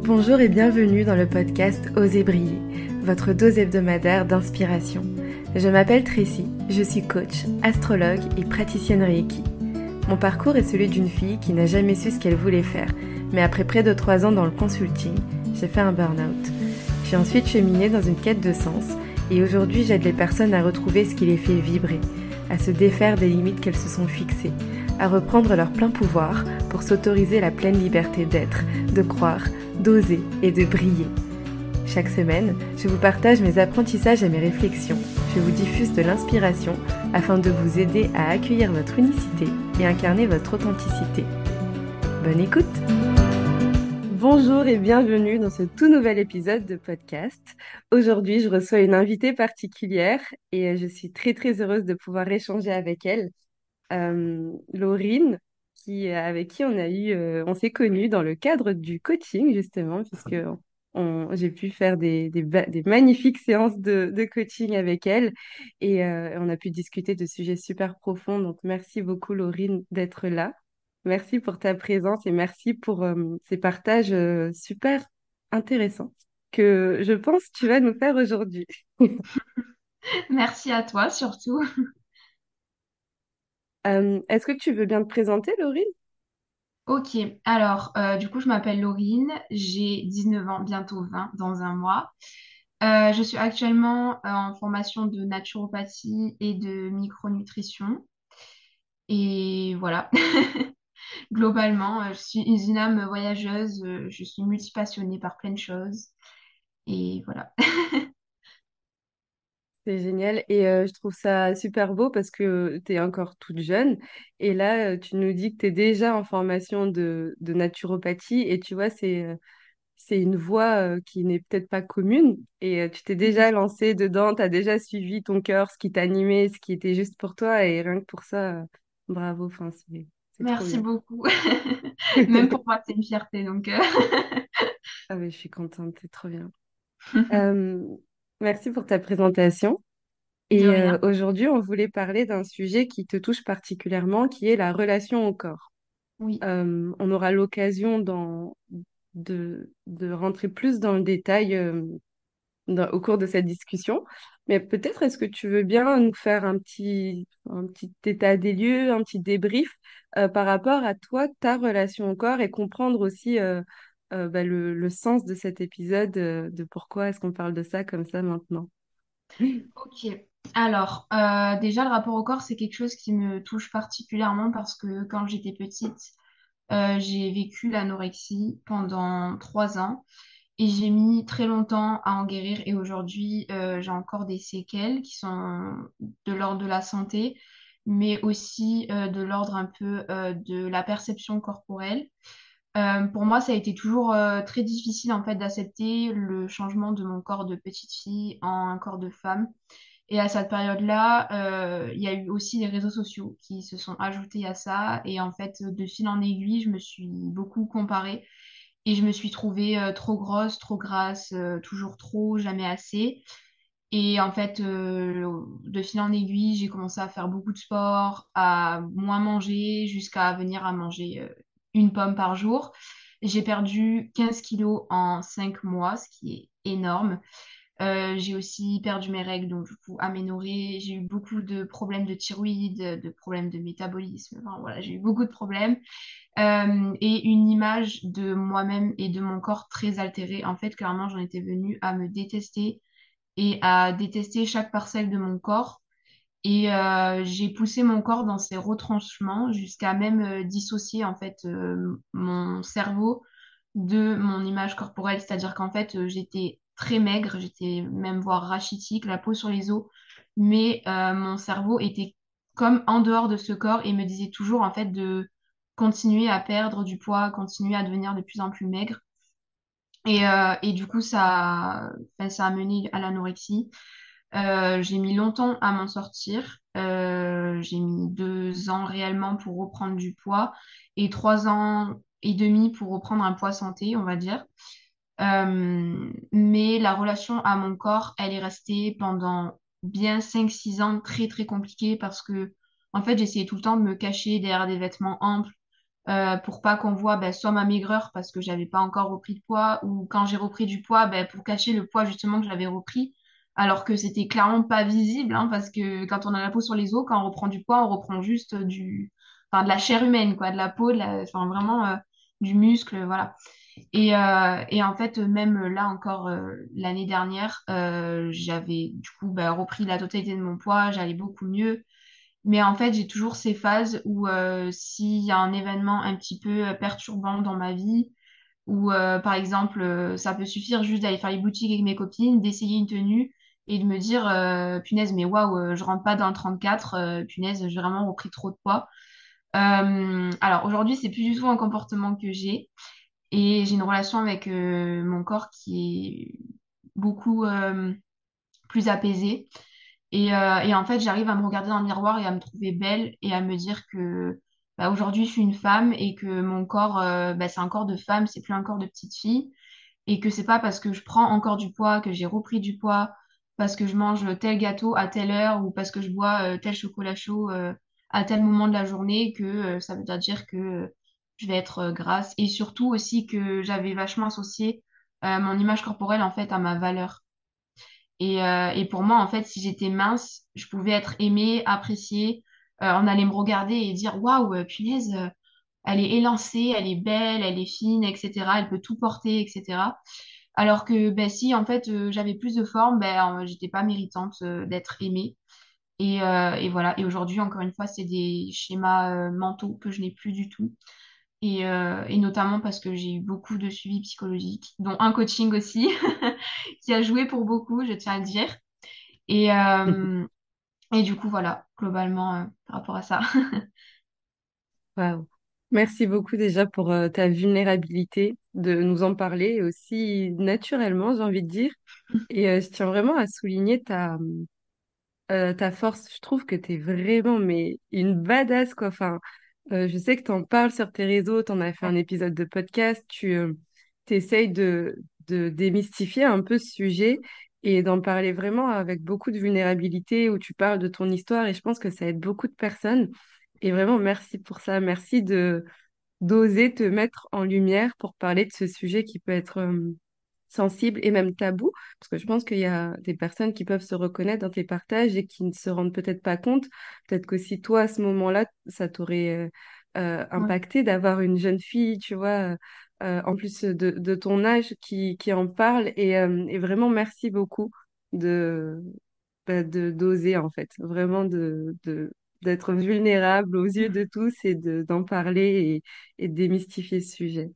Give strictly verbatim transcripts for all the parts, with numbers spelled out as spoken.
Bonjour et bienvenue dans le podcast Osez briller, votre dose hebdomadaire d'inspiration. Je m'appelle Tracy, je suis coach, astrologue et praticienne Reiki. Mon parcours est celui d'une fille qui n'a jamais su ce qu'elle voulait faire, mais après près de trois ans dans le consulting, j'ai fait un burn-out. J'ai ensuite cheminé dans une quête de sens et aujourd'hui j'aide les personnes à retrouver ce qui les fait vibrer, à se défaire des limites qu'elles se sont fixées, à reprendre leur plein pouvoir pour s'autoriser la pleine liberté d'être, de croire, d'oser et de briller. Chaque semaine, je vous partage mes apprentissages et mes réflexions. Je vous diffuse de l'inspiration afin de vous aider à accueillir votre unicité et incarner votre authenticité. Bonne écoute! Bonjour et bienvenue dans ce tout nouvel épisode de podcast. Aujourd'hui, je reçois une invitée particulière et je suis très très heureuse de pouvoir échanger avec elle. Euh, Laurine, qui, avec qui on a eu, euh, on s'est connus dans le cadre du coaching justement, puisque on- j'ai pu faire des, des, ba- des magnifiques séances de, de coaching avec elle et euh, on a pu discuter de sujets super profonds. Donc merci beaucoup Laurine d'être là. Merci pour ta présence et merci pour euh, ces partages euh, super intéressants que je pense que tu vas nous faire aujourd'hui. Merci à toi surtout. Euh, est-ce que tu veux bien te présenter, Laurine? Ok, alors euh, du coup je m'appelle Laurine, j'ai dix-neuf ans, bientôt vingt dans un mois. Euh, je suis actuellement euh, en formation de naturopathie et de micronutrition. Et voilà, globalement, euh, je suis une âme voyageuse, euh, je suis multipassionnée par plein de choses. Et voilà. C'est génial et euh, je trouve ça super beau parce que tu es encore toute jeune et là euh, tu nous dis que tu es déjà en formation de, de naturopathie et tu vois c'est euh, c'est une voie euh, qui n'est peut-être pas commune et euh, tu t'es déjà lancée dedans, tu as déjà suivi ton cœur, ce qui t'animait, ce qui était juste pour toi et rien que pour ça, euh, bravo, enfin c'est c'est trop Merci bien. beaucoup. Même pour moi, c'est une fierté. Donc, euh, Ah mais je suis contente, c'est trop bien. Euh, Merci pour ta présentation. de Et euh, rien. aujourd'hui, on voulait parler d'un sujet qui te touche particulièrement, qui est la relation au corps. Oui. Euh, on aura l'occasion d'en- de, de rentrer plus dans le détail euh, dans- au cours de cette discussion, mais peut-être est-ce que tu veux bien nous faire un petit, un petit état des lieux, un petit débrief euh, par rapport à toi, ta relation au corps et comprendre aussi euh, euh, bah, le, le sens de cet épisode, euh, de pourquoi est-ce qu'on parle de ça comme ça maintenant. Ok. Alors, euh, déjà, le rapport au corps, c'est quelque chose qui me touche particulièrement parce que quand j'étais petite, euh, j'ai vécu l'anorexie pendant trois ans et j'ai mis très longtemps à en guérir et aujourd'hui, euh, j'ai encore des séquelles qui sont de l'ordre de la santé, mais aussi euh, de l'ordre un peu euh, de la perception corporelle. Euh, pour moi, ça a été toujours euh, très difficile en fait d'accepter le changement de mon corps de petite fille en un corps de femme. Et à cette période-là, euh, il y a eu aussi les réseaux sociaux qui se sont ajoutés à ça. Et en fait, de fil en aiguille, je me suis beaucoup comparée et je me suis trouvée euh, trop grosse, trop grasse, euh, toujours trop, jamais assez. Et en fait, euh, de fil en aiguille, j'ai commencé à faire beaucoup de sport, à moins manger, jusqu'à venir à manger euh, une pomme par jour. J'ai perdu quinze kilos en cinq mois, ce qui est énorme. Euh, j'ai aussi perdu mes règles, donc du coup, aménorrhée. J'ai eu beaucoup de problèmes de thyroïde, de problèmes de métabolisme. Enfin, voilà, j'ai eu beaucoup de problèmes. Euh, et une image de moi-même et de mon corps très altérée. En fait, clairement, j'en étais venue à me détester et à détester chaque parcelle de mon corps. Et euh, j'ai poussé mon corps dans ses retranchements jusqu'à même euh, dissocier en fait euh, mon cerveau de mon image corporelle. C'est-à-dire qu'en fait, euh, j'étais très maigre, j'étais même voire rachitique, la peau sur les os, mais euh, mon cerveau était comme en dehors de ce corps et me disait toujours en fait de continuer à perdre du poids, continuer à devenir de plus en plus maigre. Et, euh, et du coup, ça, enfin, ça a mené à l'anorexie. Euh, j'ai mis longtemps à m'en sortir. Euh, j'ai mis deux ans réellement pour reprendre du poids et trois ans et demi pour reprendre un poids santé, on va dire. Euh, mais la relation à mon corps, elle est restée pendant bien cinq six ans très très compliquée parce que en fait j'essayais tout le temps de me cacher derrière des vêtements amples, euh, pour pas qu'on voit ben, soit ma maigreur parce que j'avais pas encore repris de poids ou quand j'ai repris du poids ben, pour cacher le poids justement que j'avais repris alors que c'était clairement pas visible hein, parce que quand on a la peau sur les os, quand on reprend du poids, on reprend juste du, enfin, de la chair humaine quoi, de la peau, de la... enfin vraiment euh, du muscle, voilà. Et, euh, et en fait, même là encore, euh, l'année dernière, euh, j'avais du coup bah, repris la totalité de mon poids, j'allais beaucoup mieux. Mais en fait, j'ai toujours ces phases où euh, s'il y a un événement un petit peu euh, perturbant dans ma vie, ou euh, par exemple, euh, ça peut suffire juste d'aller faire les boutiques avec mes copines, d'essayer une tenue et de me dire, euh, punaise, mais waouh, euh, je rentre pas dans le trente-quatre, euh, punaise, j'ai vraiment repris trop de poids. Euh, alors aujourd'hui, c'est plus du tout un comportement que j'ai. Et j'ai une relation avec euh, mon corps qui est beaucoup euh, plus apaisée. Et, euh, et en fait, j'arrive à me regarder dans le miroir et à me trouver belle et à me dire que bah, aujourd'hui, je suis une femme et que mon corps, euh, bah, c'est un corps de femme, c'est plus un corps de petite fille. Et que c'est pas parce que je prends encore du poids, que j'ai repris du poids, parce que je mange tel gâteau à telle heure ou parce que je bois euh, tel chocolat chaud euh, à tel moment de la journée que euh, ça veut dire que euh, je vais être euh, grasse. Et surtout aussi que j'avais vachement associé euh, mon image corporelle en fait à ma valeur. Et, euh, et pour moi, en fait, si j'étais mince, je pouvais être aimée, appréciée. Euh, on allait me regarder et dire, waouh, euh, punaise, euh, elle est élancée, elle est belle, elle est fine, et cetera. Elle peut tout porter, et cetera. Alors que ben, si, en fait, euh, j'avais plus de forme, ben, euh, j'étais pas méritante euh, d'être aimée. Et, euh, et voilà. Et aujourd'hui, encore une fois, c'est des schémas euh, mentaux que je n'ai plus du tout. Et, euh, et notamment parce que j'ai eu beaucoup de suivi psychologique, dont un coaching aussi, qui a joué pour beaucoup, je tiens à le dire. Et, euh, et du coup, voilà, globalement, euh, par rapport à ça. Waouh. Merci beaucoup déjà pour euh, ta vulnérabilité de nous en parler aussi naturellement, j'ai envie de dire. Et euh, je tiens vraiment à souligner ta, euh, ta force. Je trouve que tu es vraiment mais une badass, quoi. Enfin, euh, je sais que tu en parles sur tes réseaux, tu en as fait un épisode de podcast, tu euh, essayes de, de démystifier un peu ce sujet et d'en parler vraiment avec beaucoup de vulnérabilité où tu parles de ton histoire et je pense que ça aide beaucoup de personnes. Et vraiment, merci pour ça. Merci de d'oser te mettre en lumière pour parler de ce sujet qui peut être euh, sensible et même tabou, parce que je pense qu'il y a des personnes qui peuvent se reconnaître dans tes partages et qui ne se rendent peut-être pas compte. Peut-être que si toi, à ce moment-là, ça t'aurait euh, euh, Ouais. impacté d'avoir une jeune fille, tu vois, euh, euh, en plus de, de ton âge, qui, qui en parle. Et, euh, et vraiment, merci beaucoup de, bah, de d'oser, en fait, vraiment de, de, d'être vulnérable aux yeux de tous et de, d'en parler et, et de démystifier ce sujet.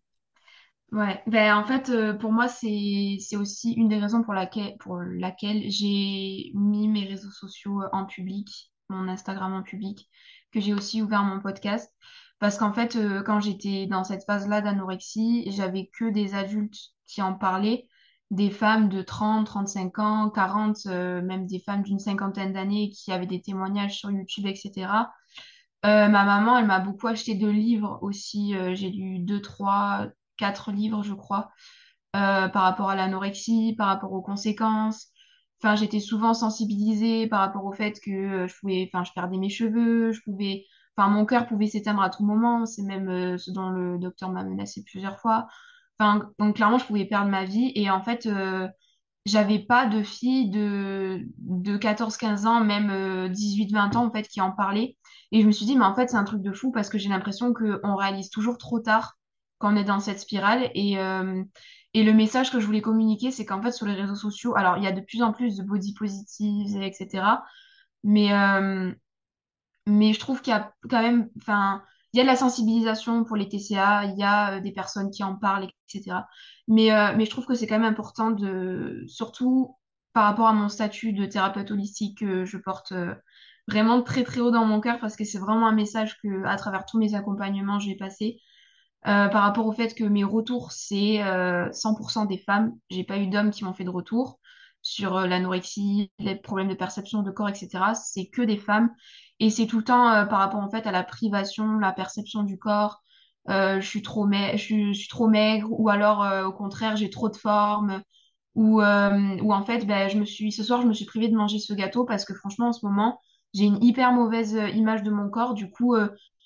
Ouais, ben en fait, euh, pour moi, c'est c'est aussi une des raisons pour laquelle pour laquelle j'ai mis mes réseaux sociaux euh, en public, mon Instagram en public, que j'ai aussi ouvert mon podcast, parce qu'en fait, euh, quand j'étais dans cette phase-là d'anorexie, j'avais que des adultes qui en parlaient, des femmes de trente, trente-cinq ans, quarante, euh, même des femmes d'une cinquantaine d'années qui avaient des témoignages sur YouTube, et cetera. Euh, ma maman, elle m'a beaucoup acheté de livres aussi. Euh, j'ai lu deux, trois, quatre livres, je crois, euh, par rapport à l'anorexie, par rapport aux conséquences. Enfin, j'étais souvent sensibilisée par rapport au fait que euh, je pouvais, enfin, je perdais mes cheveux, je pouvais, enfin, mon cœur pouvait s'éteindre à tout moment. C'est même euh, ce dont le docteur m'a menacé plusieurs fois. Enfin, donc clairement, je pouvais perdre ma vie. Et en fait, euh, j'avais pas de filles de, de quatorze quinze ans, même euh, dix-huit vingt ans, en fait, qui en parlaient. Et je me suis dit, mais en fait, c'est un truc de fou parce que j'ai l'impression qu'on réalise toujours trop tard quand on est dans cette spirale. Et, euh, et le message que je voulais communiquer, c'est qu'en fait, sur les réseaux sociaux, alors, il y a de plus en plus de body positive, et cetera. Mais, euh, mais je trouve qu'il y a quand même, enfin, il y a de la sensibilisation pour les T C A, il y a euh, des personnes qui en parlent, et cetera. Mais, euh, mais je trouve que c'est quand même important de, surtout par rapport à mon statut de thérapeute holistique que je porte euh, vraiment très très haut dans mon cœur parce que c'est vraiment un message que, à travers tous mes accompagnements, j'ai passé euh, par rapport au fait que mes retours, c'est euh, cent pour cent des femmes. J'ai pas eu d'hommes qui m'ont fait de retour sur euh, l'anorexie, les problèmes de perception de corps, et cetera. C'est que des femmes. Et c'est tout le temps euh, par rapport en fait à la privation, la perception du corps. Euh, je suis trop ma- je suis, je suis trop maigre ou alors euh, au contraire j'ai trop de forme ou euh, ou en fait ben, je me suis ce soir je me suis privée de manger ce gâteau parce que franchement en ce moment j'ai une hyper mauvaise euh, image de mon corps du coup euh,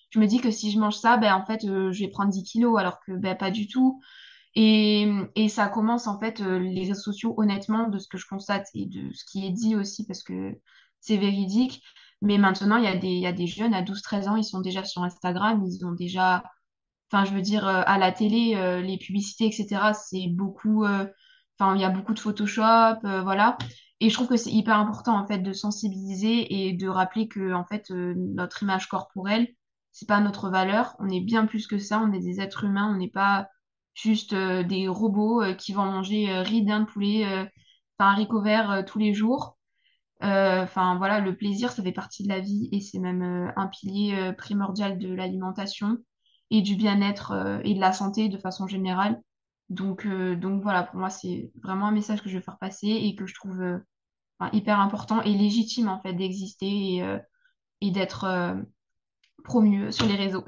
je me dis que si je mange ça, ben, en fait, euh, je vais prendre dix kilos, alors que ben, pas du tout. Et, et ça commence, en fait, euh, les réseaux sociaux, honnêtement, de ce que je constate et de ce qui est dit aussi, parce que c'est véridique. Mais maintenant, il y a des, il y a des jeunes à douze treize ans, ils sont déjà sur Instagram, ils ont déjà, enfin, je veux dire, euh, à la télé, euh, les publicités, et cetera, c'est beaucoup, euh, enfin, il y a beaucoup de Photoshop, euh, voilà. Et je trouve que c'est hyper important, en fait, de sensibiliser et de rappeler que, en fait, euh, notre image corporelle, c'est pas notre valeur. On est bien plus que ça. On est des êtres humains. On n'est pas juste euh, des robots euh, qui vont manger euh, riz, dinde, poulet, euh, enfin, haricots verts euh, tous les jours. Euh, Enfin, voilà, le plaisir, ça fait partie de la vie et c'est même euh, un pilier euh, primordial de l'alimentation et du bien-être euh, et de la santé de façon générale. Donc, euh, donc voilà, pour moi, c'est vraiment un message que je veux faire passer et que je trouve euh, enfin, hyper important et légitime en fait d'exister et, euh, et d'être euh, promu sur les réseaux.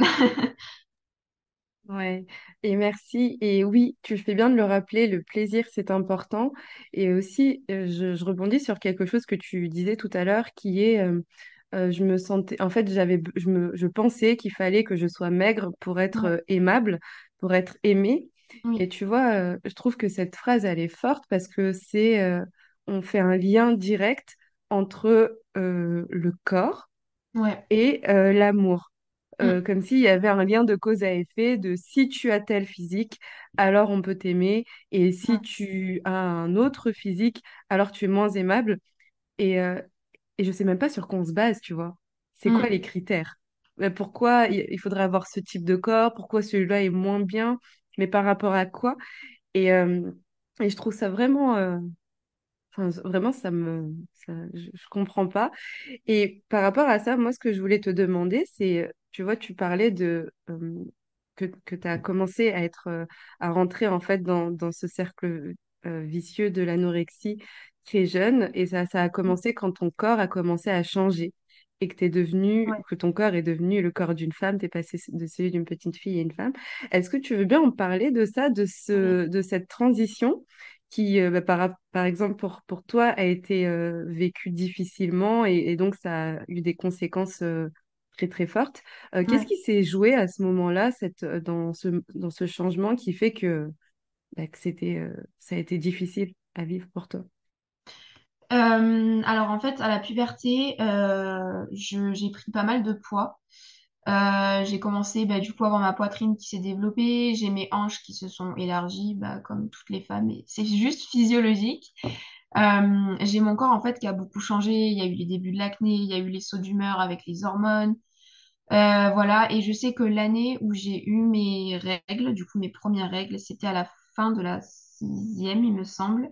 Ouais, et merci. Et oui, tu fais bien de le rappeler, le plaisir, c'est important. Et aussi, euh, je, je rebondis sur quelque chose que tu disais tout à l'heure, qui est, euh, euh, je me sentais, en fait, j'avais, je me, je pensais qu'il fallait que je sois maigre pour être Ouais, euh, aimable, pour être aimée. oui, Et tu vois, euh, je trouve que cette phrase, elle est forte parce que c'est, euh, on fait un lien direct entre euh, le corps ouais, et euh, l'amour. Euh, mm, comme s'il y avait un lien de cause à effet de si tu as tel physique, alors on peut t'aimer, et si ouais, tu as un autre physique, alors tu es moins aimable. Et, euh, et je sais même pas sur quoi on se base, tu vois. C'est quoi mm. les critères? Euh, Pourquoi il il faudrait avoir ce type de corps? Pourquoi celui-là est moins bien? Mais par rapport à quoi? Et, euh, et je trouve ça vraiment, euh, enfin, vraiment, ça me, ça, je, je comprends pas. Et par rapport à ça, moi, ce que je voulais te demander, c'est, euh, tu vois, tu parlais de euh, que, que tu as commencé à être, euh, à rentrer en fait dans, dans ce cercle euh, vicieux de l'anorexie très jeune, et ça, ça a commencé quand ton corps a commencé à changer et que t'es devenu, Ouais, que ton corps est devenu le corps d'une femme, t'es passé de celui d'une petite fille à une femme. Est-ce que tu veux bien en parler de ça, de ouais. ce, de cette transition? Qui, euh, bah, par, par exemple, pour, pour toi, a été euh, vécu difficilement et, et donc ça a eu des conséquences euh, très très fortes. Euh, qu'est-ce Ouais. qui s'est joué à ce moment-là, cette, euh, dans ce, dans ce changement qui fait que, bah, que c'était, euh, ça a été difficile à vivre pour toi? Euh, alors en fait, à la puberté, euh, je- j'ai pris pas mal de poids. Euh, j'ai commencé bah, du coup à avoir ma poitrine qui s'est développée, j'ai mes hanches qui se sont élargies, bah, comme toutes les femmes, et c'est juste physiologique. Euh, j'ai mon corps en fait qui a beaucoup changé. Il y a eu les débuts de l'acné, il y a eu les sauts d'humeur avec les hormones, Euh, voilà. Et je sais que l'année où j'ai eu mes règles, du coup mes premières règles, c'était à la fin de la sixième, il me semble,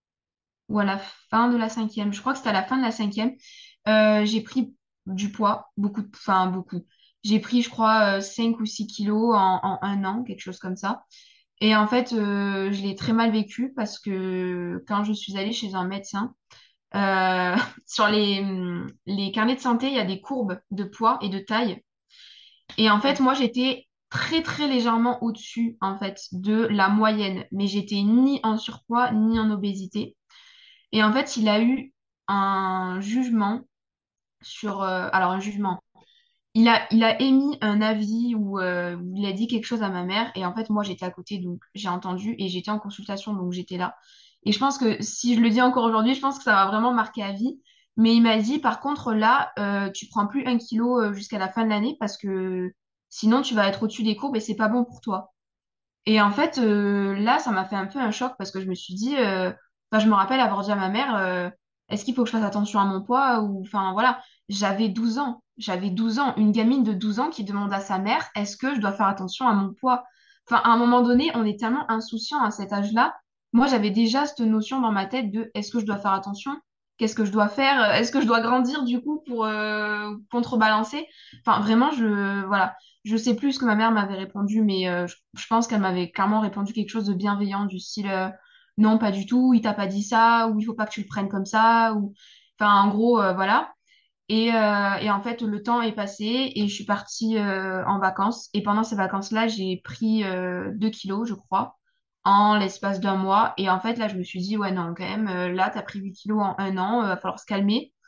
ou à la fin de la cinquième. Je crois que c'était à la fin de la cinquième. Euh, j'ai pris du poids, beaucoup, de- enfin beaucoup. J'ai pris, je crois, euh, cinq ou six kilos en, en un an, quelque chose comme ça. Et en fait, euh, je l'ai très mal vécu parce que quand je suis allée chez un médecin, euh, sur les, hum, les carnets de santé, il y a des courbes de poids et de taille. Et en fait, Ouais. moi, j'étais très, très légèrement au-dessus, en fait, de la moyenne. Mais j'étais ni en surpoids, ni en obésité. Et en fait, il a eu un jugement sur... euh, alors, un jugement. Il a, il a émis un avis où, euh, où il a dit quelque chose à ma mère. Et en fait, moi, j'étais à côté, donc j'ai entendu. Et j'étais en consultation, donc j'étais là. Et je pense que si je le dis encore aujourd'hui, je pense que ça va vraiment marquer à vie. Mais il m'a dit, par contre, là, euh, tu prends plus un kilo euh, jusqu'à la fin de l'année parce que sinon, tu vas être au-dessus des courbes et c'est pas bon pour toi. Et en fait, euh, là, ça m'a fait un peu un choc parce que je me suis dit, euh, enfin, je me rappelle avoir dit à ma mère, euh, est-ce qu'il faut que je fasse attention à mon poids ou, enfin, voilà, j'avais douze ans, j'avais douze ans, une gamine de douze ans qui demande à sa mère, est-ce que je dois faire attention à mon poids? Enfin, à un moment donné, on est tellement insouciant à cet âge-là. Moi, j'avais déjà cette notion dans ma tête de, est-ce que je dois faire attention? Qu'est-ce que je dois faire? Est-ce que je dois grandir du coup pour euh, contrebalancer? Enfin, vraiment, je, voilà. Je sais plus ce que ma mère m'avait répondu, mais euh, je, je pense qu'elle m'avait clairement répondu quelque chose de bienveillant, du style euh, non, pas du tout, il t'a pas dit ça, ou il faut pas que tu le prennes comme ça, ou enfin en gros euh, voilà. Et, euh, et en fait le temps est passé et je suis partie euh, en vacances et pendant ces vacances-là j'ai pris euh, deux kilos je crois en l'espace d'un mois et en fait là je me suis dit ouais non quand même euh, là t'as pris huit kilos en un an, euh, va falloir se calmer.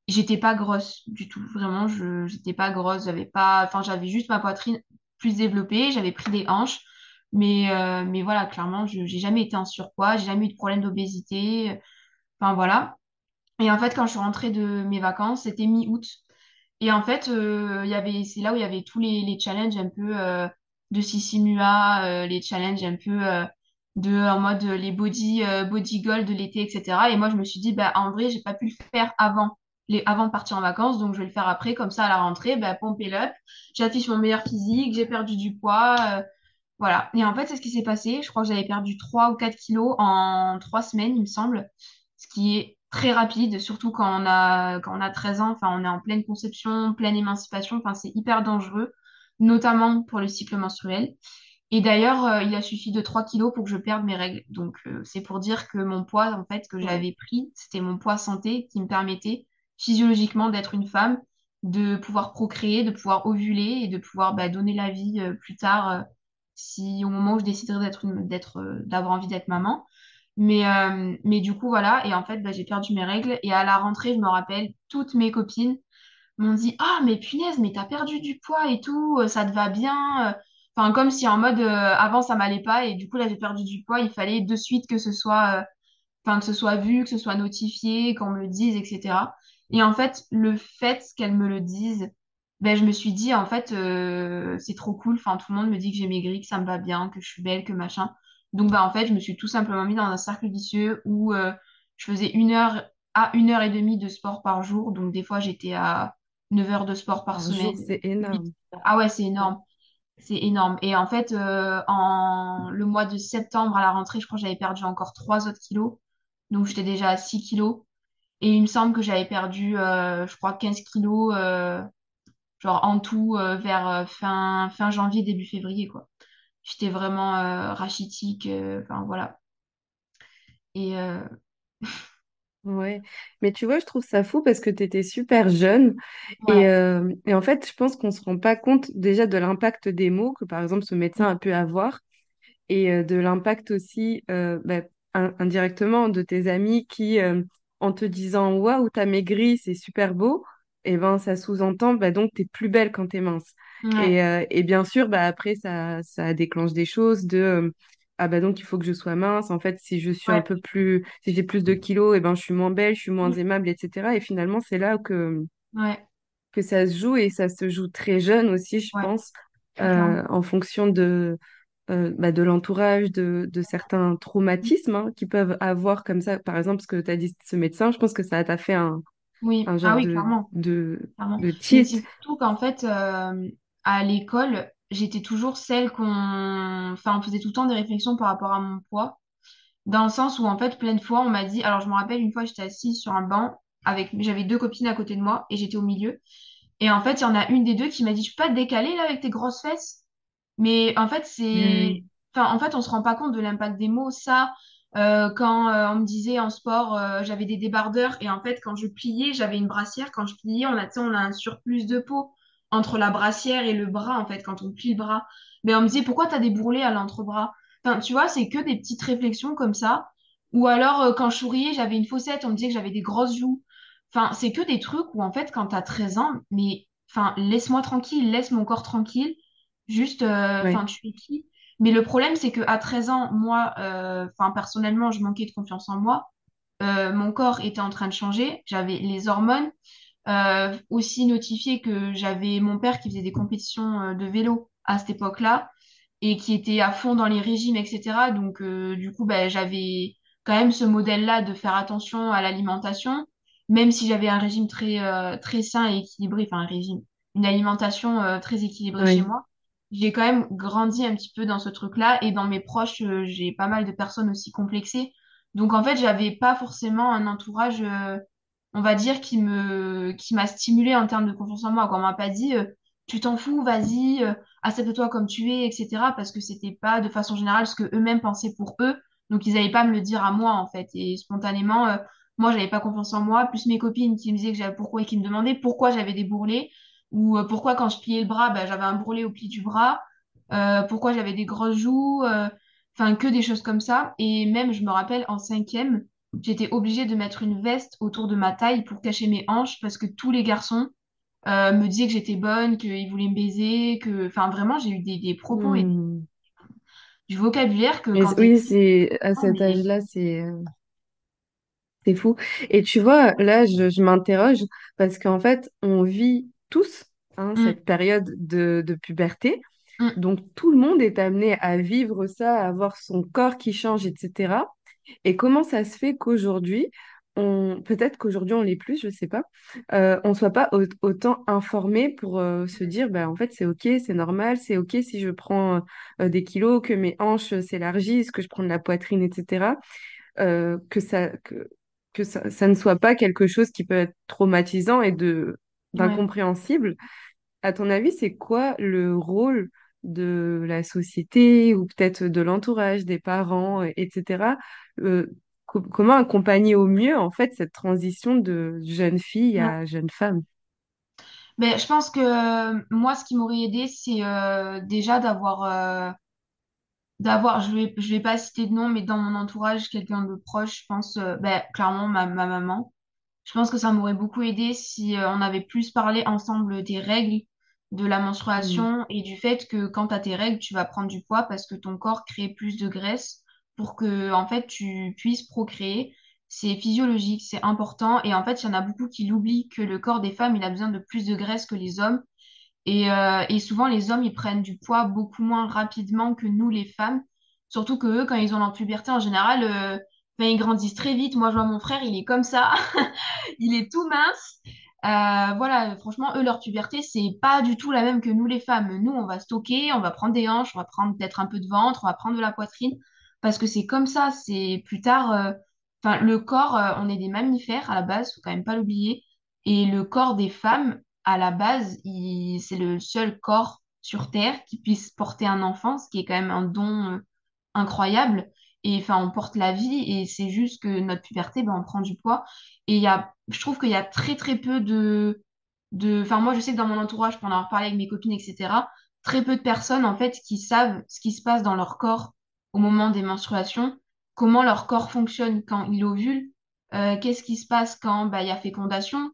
J'étais pas grosse du tout, vraiment, je j'étais pas grosse, j'avais pas, enfin j'avais juste ma poitrine plus développée, j'avais pris des hanches, mais euh, mais voilà, clairement, je j'ai jamais été en surpoids, j'ai jamais eu de problème d'obésité, enfin voilà. Et en fait, quand je suis rentrée de mes vacances, c'était mi-août, et en fait, euh, il y avait, c'est là où il y avait tous les, les challenges un peu euh, de Sissi Mua, euh, les challenges un peu euh, de en mode euh, les body euh, body goals de l'été, et cetera. Et moi, je me suis dit, bah en vrai, j'ai pas pu le faire avant les, avant de partir en vacances, donc je vais le faire après, comme ça à la rentrée, bah pompe it up, j'affiche mon meilleur physique, j'ai perdu du poids, euh, voilà. Et en fait, c'est ce qui s'est passé. Je crois que j'avais perdu trois ou quatre kilos en trois semaines, il me semble, ce qui est très rapide, surtout quand on a, quand on a treize ans. Enfin, on est en pleine conception, pleine émancipation. Enfin, c'est hyper dangereux, notamment pour le cycle menstruel. Et d'ailleurs, euh, il a suffi de trois kilos pour que je perde mes règles. Donc, euh, c'est pour dire que mon poids, en fait, que Ouais. j'avais pris, c'était mon poids santé qui me permettait physiologiquement d'être une femme, de pouvoir procréer, de pouvoir ovuler et de pouvoir bah, donner la vie euh, plus tard, euh, si au moment où je déciderai d'être une, d'être, euh, d'avoir envie d'être maman. Mais, euh, mais du coup, voilà. Et en fait, bah, j'ai perdu mes règles. Et à la rentrée, je me rappelle, toutes mes copines m'ont dit, ah, mais punaise, mais t'as perdu du poids et tout, euh, ça te va bien. euh. Enfin, comme si en mode, euh, avant, ça m'allait pas. Et du coup, là, j'ai perdu du poids. Il fallait de suite que ce soit, euh, enfin, que ce soit vu, que ce soit notifié, qu'on me le dise, et cetera. Et en fait, le fait qu'elles me le disent, ben, je me suis dit, en fait, euh, c'est trop cool. Enfin, tout le monde me dit que j'ai maigri, que ça me va bien, que je suis belle, que machin. Donc, bah, en fait, je me suis tout simplement mis dans un cercle vicieux où euh, je faisais une heure à une heure et demie de sport par jour. Donc, des fois, j'étais à neuf heures de sport par Par jour, semaine. c'est huit. énorme. Ah ouais, c'est Ouais. énorme. C'est énorme. Et en fait, euh, en le mois de septembre à la rentrée, je crois que j'avais perdu encore trois autres kilos. Donc, j'étais déjà à six kilos. Et il me semble que j'avais perdu, euh, je crois, quinze kilos, euh, genre en tout, euh, vers euh, fin, fin janvier, début février, quoi. J'étais vraiment euh, rachitique. euh, Enfin, voilà. Et euh, Ouais, mais tu vois, je trouve ça fou parce que tu étais super jeune et, ouais. euh, et en fait, je pense qu'on se rend pas compte déjà de l'impact des mots que par exemple ce médecin a pu avoir et euh, de l'impact aussi euh, bah, in- indirectement de tes amis qui, euh, en te disant waouh, t'as maigri, c'est super beau, et ben ça sous-entend bah, donc t'es plus belle quand t'es mince. Ouais. Et, euh, et bien sûr, bah, après, ça, ça déclenche des choses de euh, ah bah donc il faut que je sois mince. En fait, si je suis un Ouais. peu plus, si j'ai plus de kilos, et ben je suis moins belle, je suis moins aimable, et cetera. Et finalement, c'est là que, Ouais. que ça se joue et ça se joue très jeune aussi, je Ouais. pense, Ouais, clairement. euh, en fonction de euh, bah, de l'entourage, de, de certains traumatismes hein, qui peuvent avoir comme ça. Par exemple, ce que tu as dit, ce médecin, je pense que ça t'a fait un, Oui. un Ah genre oui, de, clairement. de, Clairement. de Mais tilt. c'est surtout qu'en fait, euh, à l'école, j'étais toujours celle qu'on... Enfin, on faisait tout le temps des réflexions par rapport à mon poids. Dans le sens où, en fait, plein de fois, on m'a dit... Alors, je me rappelle, une fois, j'étais assise sur un banc avec... J'avais deux copines à côté de moi et j'étais au milieu. Et en fait, il y en a une des deux qui m'a dit, je peux pas te décaler, là, avec tes grosses fesses? Mais en fait, c'est... Hmm. Enfin, en fait, on se rend pas compte de l'impact des mots. Ça, euh, quand euh, on me disait en sport, euh, j'avais des débardeurs et en fait, quand je pliais, j'avais une brassière. Quand je pliais, on a, tu sais, on a un surplus de peau entre la brassière et le bras, en fait, quand on plie le bras. Mais on me disait, pourquoi t'as des bourrelets à l'entrebras? Enfin, tu vois, c'est que des petites réflexions comme ça. Ou alors, euh, quand je souriais, j'avais une faussette, on me disait que j'avais des grosses joues. Enfin, c'est que des trucs où, en fait, quand t'as treize ans, mais, enfin, laisse-moi tranquille, laisse mon corps tranquille. Juste, euh, Ouais, enfin, tu es qui? Mais le problème, c'est qu'à treize ans, moi, euh, enfin, personnellement, je manquais de confiance en moi. Euh, mon corps était en train de changer. J'avais les hormones. Euh, aussi notifié que j'avais mon père qui faisait des compétitions euh, de vélo à cette époque-là et qui était à fond dans les régimes, et cetera. Donc, euh, du coup, bah, j'avais quand même ce modèle-là de faire attention à l'alimentation, même si j'avais un régime très, euh, très sain et équilibré, enfin, un régime, une alimentation euh, très équilibrée chez ouais, moi. J'ai quand même grandi un petit peu dans ce truc-là et dans mes proches, euh, j'ai pas mal de personnes aussi complexées. Donc, en fait, j'avais pas forcément un entourage, euh, on va dire, qui me, qui m'a stimulé en termes de confiance en moi. Quand on m'a pas dit, euh, tu t'en fous, vas-y, euh, accepte-toi comme tu es, et cetera. Parce que c'était pas de façon générale ce que eux-mêmes pensaient pour eux. Donc ils n'allaient pas me le dire à moi en fait. Et spontanément, euh, moi j'avais pas confiance en moi. Plus mes copines qui me disaient que j'avais pourquoi et qui me demandaient pourquoi j'avais des bourrelets ou euh, pourquoi quand je pliais le bras, bah, j'avais un bourrelet au pli du bras. Euh, pourquoi j'avais des grosses joues. euh, Enfin que des choses comme ça. Et même je me rappelle en cinquième. j'étais obligée de mettre une veste autour de ma taille pour cacher mes hanches parce que tous les garçons euh, me disaient que j'étais bonne, qu'ils voulaient me baiser, que, enfin, vraiment, j'ai eu des, des propos et Hmm. du vocabulaire que Mais quand c- t'es oui, petite, c'est à cet mais âge-là, c'est euh, c'est fou. Et tu vois, là, je, je m'interroge parce qu'en fait, on vit tous hein, hum, cette période de, de puberté. hum, Donc, tout le monde est amené à vivre ça, à avoir son corps qui change, et cetera. Et comment ça se fait qu'aujourd'hui, on, peut-être qu'aujourd'hui on l'est plus, je sais pas, euh, on soit pas au- autant informé pour euh, se dire, bah, en fait, c'est OK, c'est normal, c'est OK si je prends euh, des kilos, que mes hanches s'élargissent, que je prends de la poitrine, et cetera. euh, que ça, que, que ça, ça ne soit pas quelque chose qui peut être traumatisant et de, ouais. d'incompréhensible. À ton avis, c'est quoi le rôle de la société ou peut-être de l'entourage, des parents, et- etc. euh, co- comment accompagner au mieux en fait cette transition de jeune fille Ouais. à jeune femme? Mais je pense que euh, moi, ce qui m'aurait aidé, c'est euh, déjà d'avoir euh, d'avoir, je vais, je vais pas citer de nom, mais dans mon entourage, quelqu'un de proche, je pense, euh, ben, clairement ma, ma maman. Je pense que ça m'aurait beaucoup aidé si euh, on avait plus parlé ensemble des règles, de la Hmm. menstruation et du fait que quand tu as tes règles, tu vas prendre du poids parce que ton corps crée plus de graisse pour que en fait tu puisses procréer. C'est physiologique, c'est important et en fait, il y en a beaucoup qui l'oublient que le corps des femmes, il a besoin de plus de graisse que les hommes et, euh, et souvent, les hommes, ils prennent du poids beaucoup moins rapidement que nous, les femmes. Surtout que eux, quand ils ont leur puberté, en général, euh, ben, ils grandissent très vite. Moi, je vois mon frère, il est comme ça. Il est tout mince. Euh, voilà, franchement, eux, leur puberté, c'est pas du tout la même que nous, les femmes. Nous, on va stocker, on va prendre des hanches, on va prendre peut-être un peu de ventre, on va prendre de la poitrine. Parce que c'est comme ça. C'est plus tard. euh, Enfin, le corps, euh, on est des mammifères à la base, faut quand même pas l'oublier. Et le corps des femmes, à la base, il- c'est le seul corps sur Terre qui puisse porter un enfant, ce qui est quand même un don euh, incroyable. Et enfin, on porte la vie et c'est juste que notre puberté, ben, on prend du poids. Et il y a, je trouve qu'il y a très très peu de, de, enfin moi je sais que dans mon entourage, pour en avoir parlé avec mes copines, et cetera, très peu de personnes en fait qui savent ce qui se passe dans leur corps au moment des menstruations, comment leur corps fonctionne quand il ovule, euh, qu'est-ce qui se passe quand bah, il y a fécondation,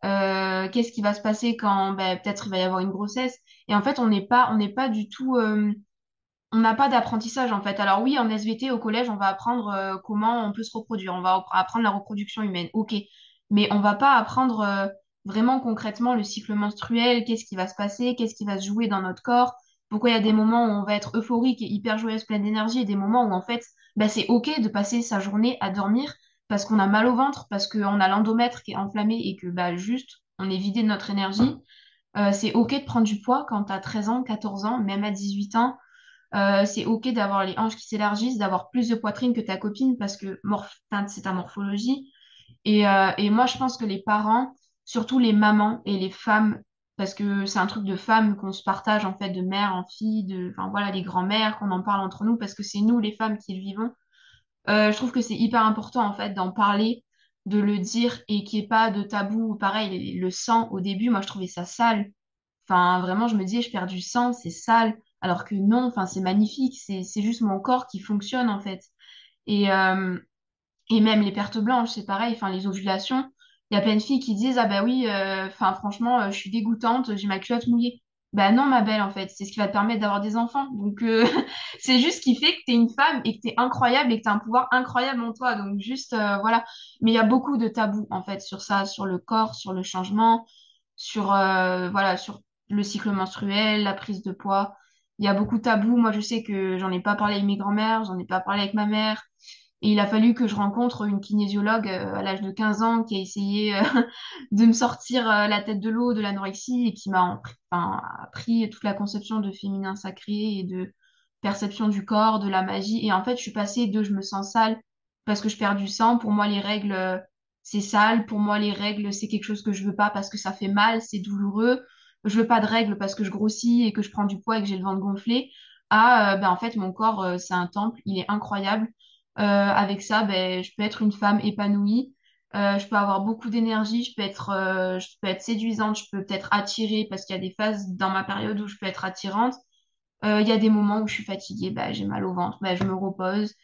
euh, qu'est-ce qui va se passer quand bah, peut-être il va y avoir une grossesse. Et en fait, on n'est pas, on n'est pas du tout, euh, on n'a pas d'apprentissage en fait. Alors oui, en S V T au collège, on va apprendre euh, comment on peut se reproduire, on va apprendre la reproduction humaine, ok, mais on va pas apprendre euh, vraiment concrètement le cycle menstruel, qu'est-ce qui va se passer, qu'est-ce qui va se jouer dans notre corps, pourquoi il y a des moments où on va être euphorique et hyper joyeuse, pleine d'énergie, et des moments où en fait, bah, c'est ok de passer sa journée à dormir parce qu'on a mal au ventre, parce qu'on a l'endomètre qui est enflammé et que bah, juste on est vidé de notre énergie. Euh, c'est ok de prendre du poids quand tu as treize ans, quatorze ans, même à dix-huit ans. Euh, c'est ok d'avoir les hanches qui s'élargissent, d'avoir plus de poitrine que ta copine parce que morph- enfin, c'est ta morphologie. Et, euh, et moi, je pense que les parents, surtout les mamans et les femmes, parce que c'est un truc de femmes qu'on se partage en fait de mère en fille, de, enfin voilà, les grands-mères, qu'on en parle entre nous parce que c'est nous les femmes qui le vivons. Euh, je trouve que c'est hyper important en fait d'en parler, de le dire et qu'il n'y ait pas de tabou. Pareil, le sang au début, moi je trouvais ça sale. Enfin, vraiment, je me disais, je perds du sang, c'est sale. Alors que non, enfin, c'est magnifique. C'est, c'est juste mon corps qui fonctionne, en fait. Et, euh, et même les pertes blanches, c'est pareil. Enfin, les ovulations, il y a plein de filles qui disent, ah bah oui, euh, enfin, franchement, euh, je suis dégoûtante, j'ai ma culotte mouillée. Bah non, ma belle, en fait, c'est ce qui va te permettre d'avoir des enfants. Donc, euh, c'est juste ce qui fait que t'es une femme et que t'es incroyable et que t'as un pouvoir incroyable en toi. Donc, juste, euh, voilà. Mais il y a beaucoup de tabous, en fait, sur ça, sur le corps, sur le changement sur, euh, voilà, sur le cycle menstruel, la prise de poids. Il y a beaucoup de tabous. Moi, je sais que j'en ai pas parlé avec mes grands-mères, j'en ai pas parlé avec ma mère. Et il a fallu que je rencontre une kinésiologue euh, à l'âge de quinze ans qui a essayé euh, de me sortir euh, la tête de l'eau de l'anorexie et qui m'a enfin, appris toute la conception de féminin sacré et de perception du corps, de la magie. Et en fait, je suis passée de je me sens sale parce que je perds du sang. Pour moi, les règles, euh, c'est sale. Pour moi, les règles, c'est quelque chose que je veux pas parce que ça fait mal, c'est douloureux. Je veux pas de règles parce que je grossis et que je prends du poids et que j'ai le ventre gonflé. Ah, euh, ben en fait, mon corps, euh, c'est un temple, il est incroyable. Euh, avec ça, ben, je peux être une femme épanouie. Euh, je peux avoir beaucoup d'énergie, je peux être, euh, je peux être séduisante, je peux peut-être attirer parce qu'il y a des phases dans ma période où je peux être attirante. Euh, Il y a des moments où je suis fatiguée, bah, j'ai mal au ventre, bah, je me repose.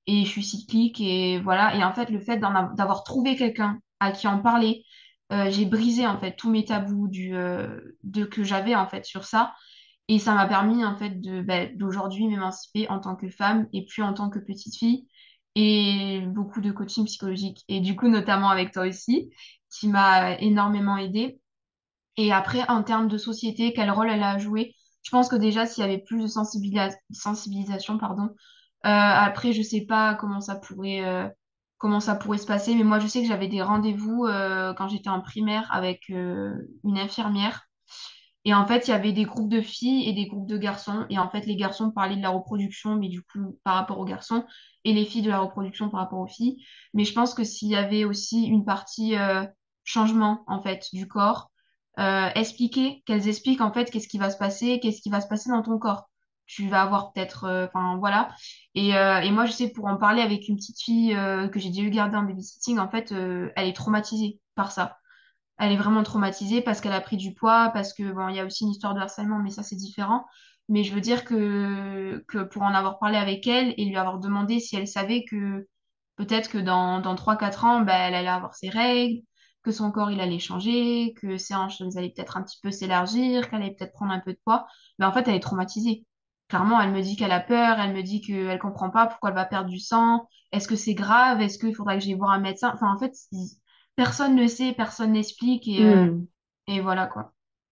et je suis cyclique et voilà. Et en fait, le fait d'en av- d'avoir trouvé quelqu'un à qui en parler, euh, j'ai brisé en fait tous mes tabous du, euh, de, que j'avais en fait sur ça. Et ça m'a permis en fait de, ben, d'aujourd'hui m'émanciper en tant que femme et puis en tant que petite fille et beaucoup de coaching psychologique. Et du coup, notamment avec toi aussi, qui m'a énormément aidée. Et après, en termes de société, quel rôle elle a joué? Je pense que déjà, s'il y avait plus de sensibilis- sensibilisation, pardon, euh, après, je sais pas comment ça pourrait, euh, comment ça pourrait se passer, mais moi, je sais que j'avais des rendez-vous euh, quand j'étais en primaire avec euh, une infirmière. Et en fait, il y avait des groupes de filles et des groupes de garçons. Et en fait, les garçons parlaient de la reproduction, mais du coup, par rapport aux garçons, et les filles de la reproduction par rapport aux filles. Mais je pense que s'il y avait aussi une partie euh, changement, en fait, du corps, euh, expliquer, qu'elles expliquent, en fait, qu'est-ce qui va se passer, qu'est-ce qui va se passer dans ton corps. Tu vas avoir peut-être, euh, enfin, voilà. Et, euh, et moi, je sais, pour en parler avec une petite fille euh, que j'ai déjà eu garder en babysitting, en fait, euh, elle est traumatisée par ça. Elle est vraiment traumatisée parce qu'elle a pris du poids, parce que bon, il y a aussi une histoire de harcèlement, mais ça c'est différent. Mais je veux dire que, que pour en avoir parlé avec elle et lui avoir demandé si elle savait que peut-être que dans, dans trois quatre ans, ben, elle allait avoir ses règles, que son corps il allait changer, que ses hanches elles allaient peut-être un petit peu s'élargir, qu'elle allait peut-être prendre un peu de poids. Ben, en fait, elle est traumatisée. Clairement, elle me dit qu'elle a peur, elle me dit qu'elle comprend pas pourquoi elle va perdre du sang. Est-ce que c'est grave? Est-ce qu'il faudra que j'aille voir un médecin? Enfin, en fait, personne ne sait, personne n'explique et, euh, Hmm. et voilà quoi.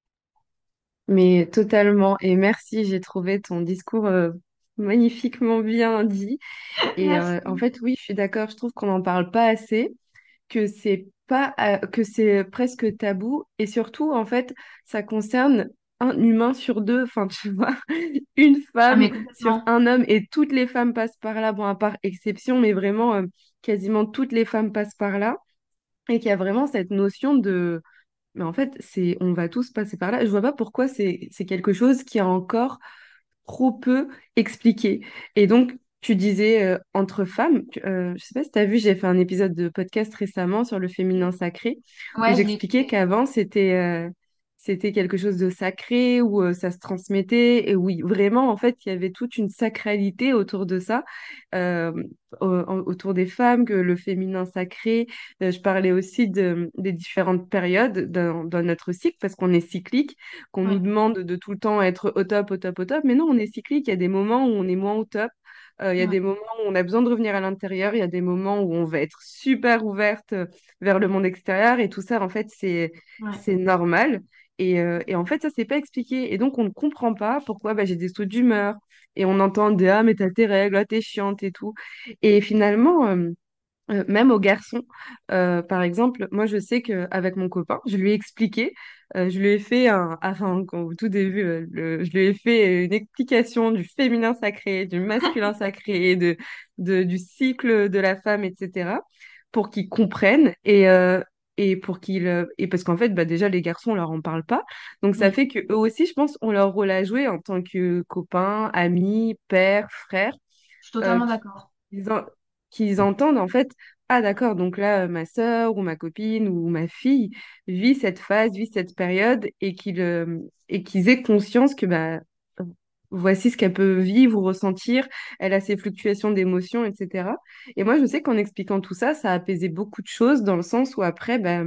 Mais totalement. Et merci, j'ai trouvé ton discours euh, magnifiquement bien dit. Et euh, en Merci. fait, oui, je suis d'accord. Je trouve qu'on n'en parle pas assez, que c'est pas, euh, que c'est presque tabou. Et surtout, en fait, ça concerne un humain sur deux. Enfin, tu vois, une Ah femme mais sur complètement. un homme. Et toutes les femmes passent par là. Bon, à part exception, mais vraiment, euh, quasiment toutes les femmes passent par là. Et qu'il y a vraiment cette notion de mais en fait, c'est, on va tous passer par là. Je vois pas pourquoi c'est, c'est quelque chose qui est encore trop peu expliqué. Et donc, tu disais euh, entre femmes, tu- euh, je sais pas si tu as vu, j'ai fait un épisode de podcast récemment sur le féminin sacré, où Ouais, je l'ai j'expliquais écouté. qu'avant, c'était euh, c'était quelque chose de sacré, où euh, ça se transmettait, et oui, vraiment, en fait, il y avait toute une sacralité autour de ça, euh, au- en- autour des femmes, que le féminin sacré. Euh, je parlais aussi de, des différentes périodes dans, dans notre cycle, parce qu'on est cyclique, qu'on nous Ouais, demande de tout le temps être au top, au top, au top. Mais non, on est cyclique. Il y a des moments où on est moins au top. Euh, il y a ouais, des moments où on a besoin de revenir à l'intérieur. Il y a des moments où on va être super ouverte euh, vers le monde extérieur. Et tout ça, en fait, c'est, ouais, c'est normal. Et, euh, et en fait, ça, c'est pas expliqué. Et donc, on ne comprend pas pourquoi bah, j'ai des sauts d'humeur. Et on entend des ah, mais t'as tes règles, ah, t'es chiante et tout. Et finalement, euh, euh, même aux garçons, euh, par exemple, moi je sais qu'avec mon copain, je lui ai expliqué, euh, je lui ai fait un, enfin, au tout début, euh, le- je lui ai fait une explication du féminin sacré, du masculin sacré, de, de, du cycle de la femme, et cetera, pour qu'ils comprennent et, euh, et pour qu'ils, euh, et parce qu'en fait, bah, déjà les garçons, on leur en parle pas, donc ça oui. fait que eux aussi, je pense, ont leur rôle à jouer en tant que copains, amis, pères, frères Je suis euh, totalement d'accord. qu'ils en- qu'ils entendent en fait, ah d'accord, donc là, euh, ma sœur ou ma copine ou ma fille vit cette phase, vit cette période et qu'ils euh, et qu'ils aient conscience que bah, euh, voici ce qu'elle peut vivre ou ressentir, elle a ses fluctuations d'émotions, et cetera. Et moi, je sais qu'en expliquant tout ça, ça a apaisé beaucoup de choses dans le sens où après, bah,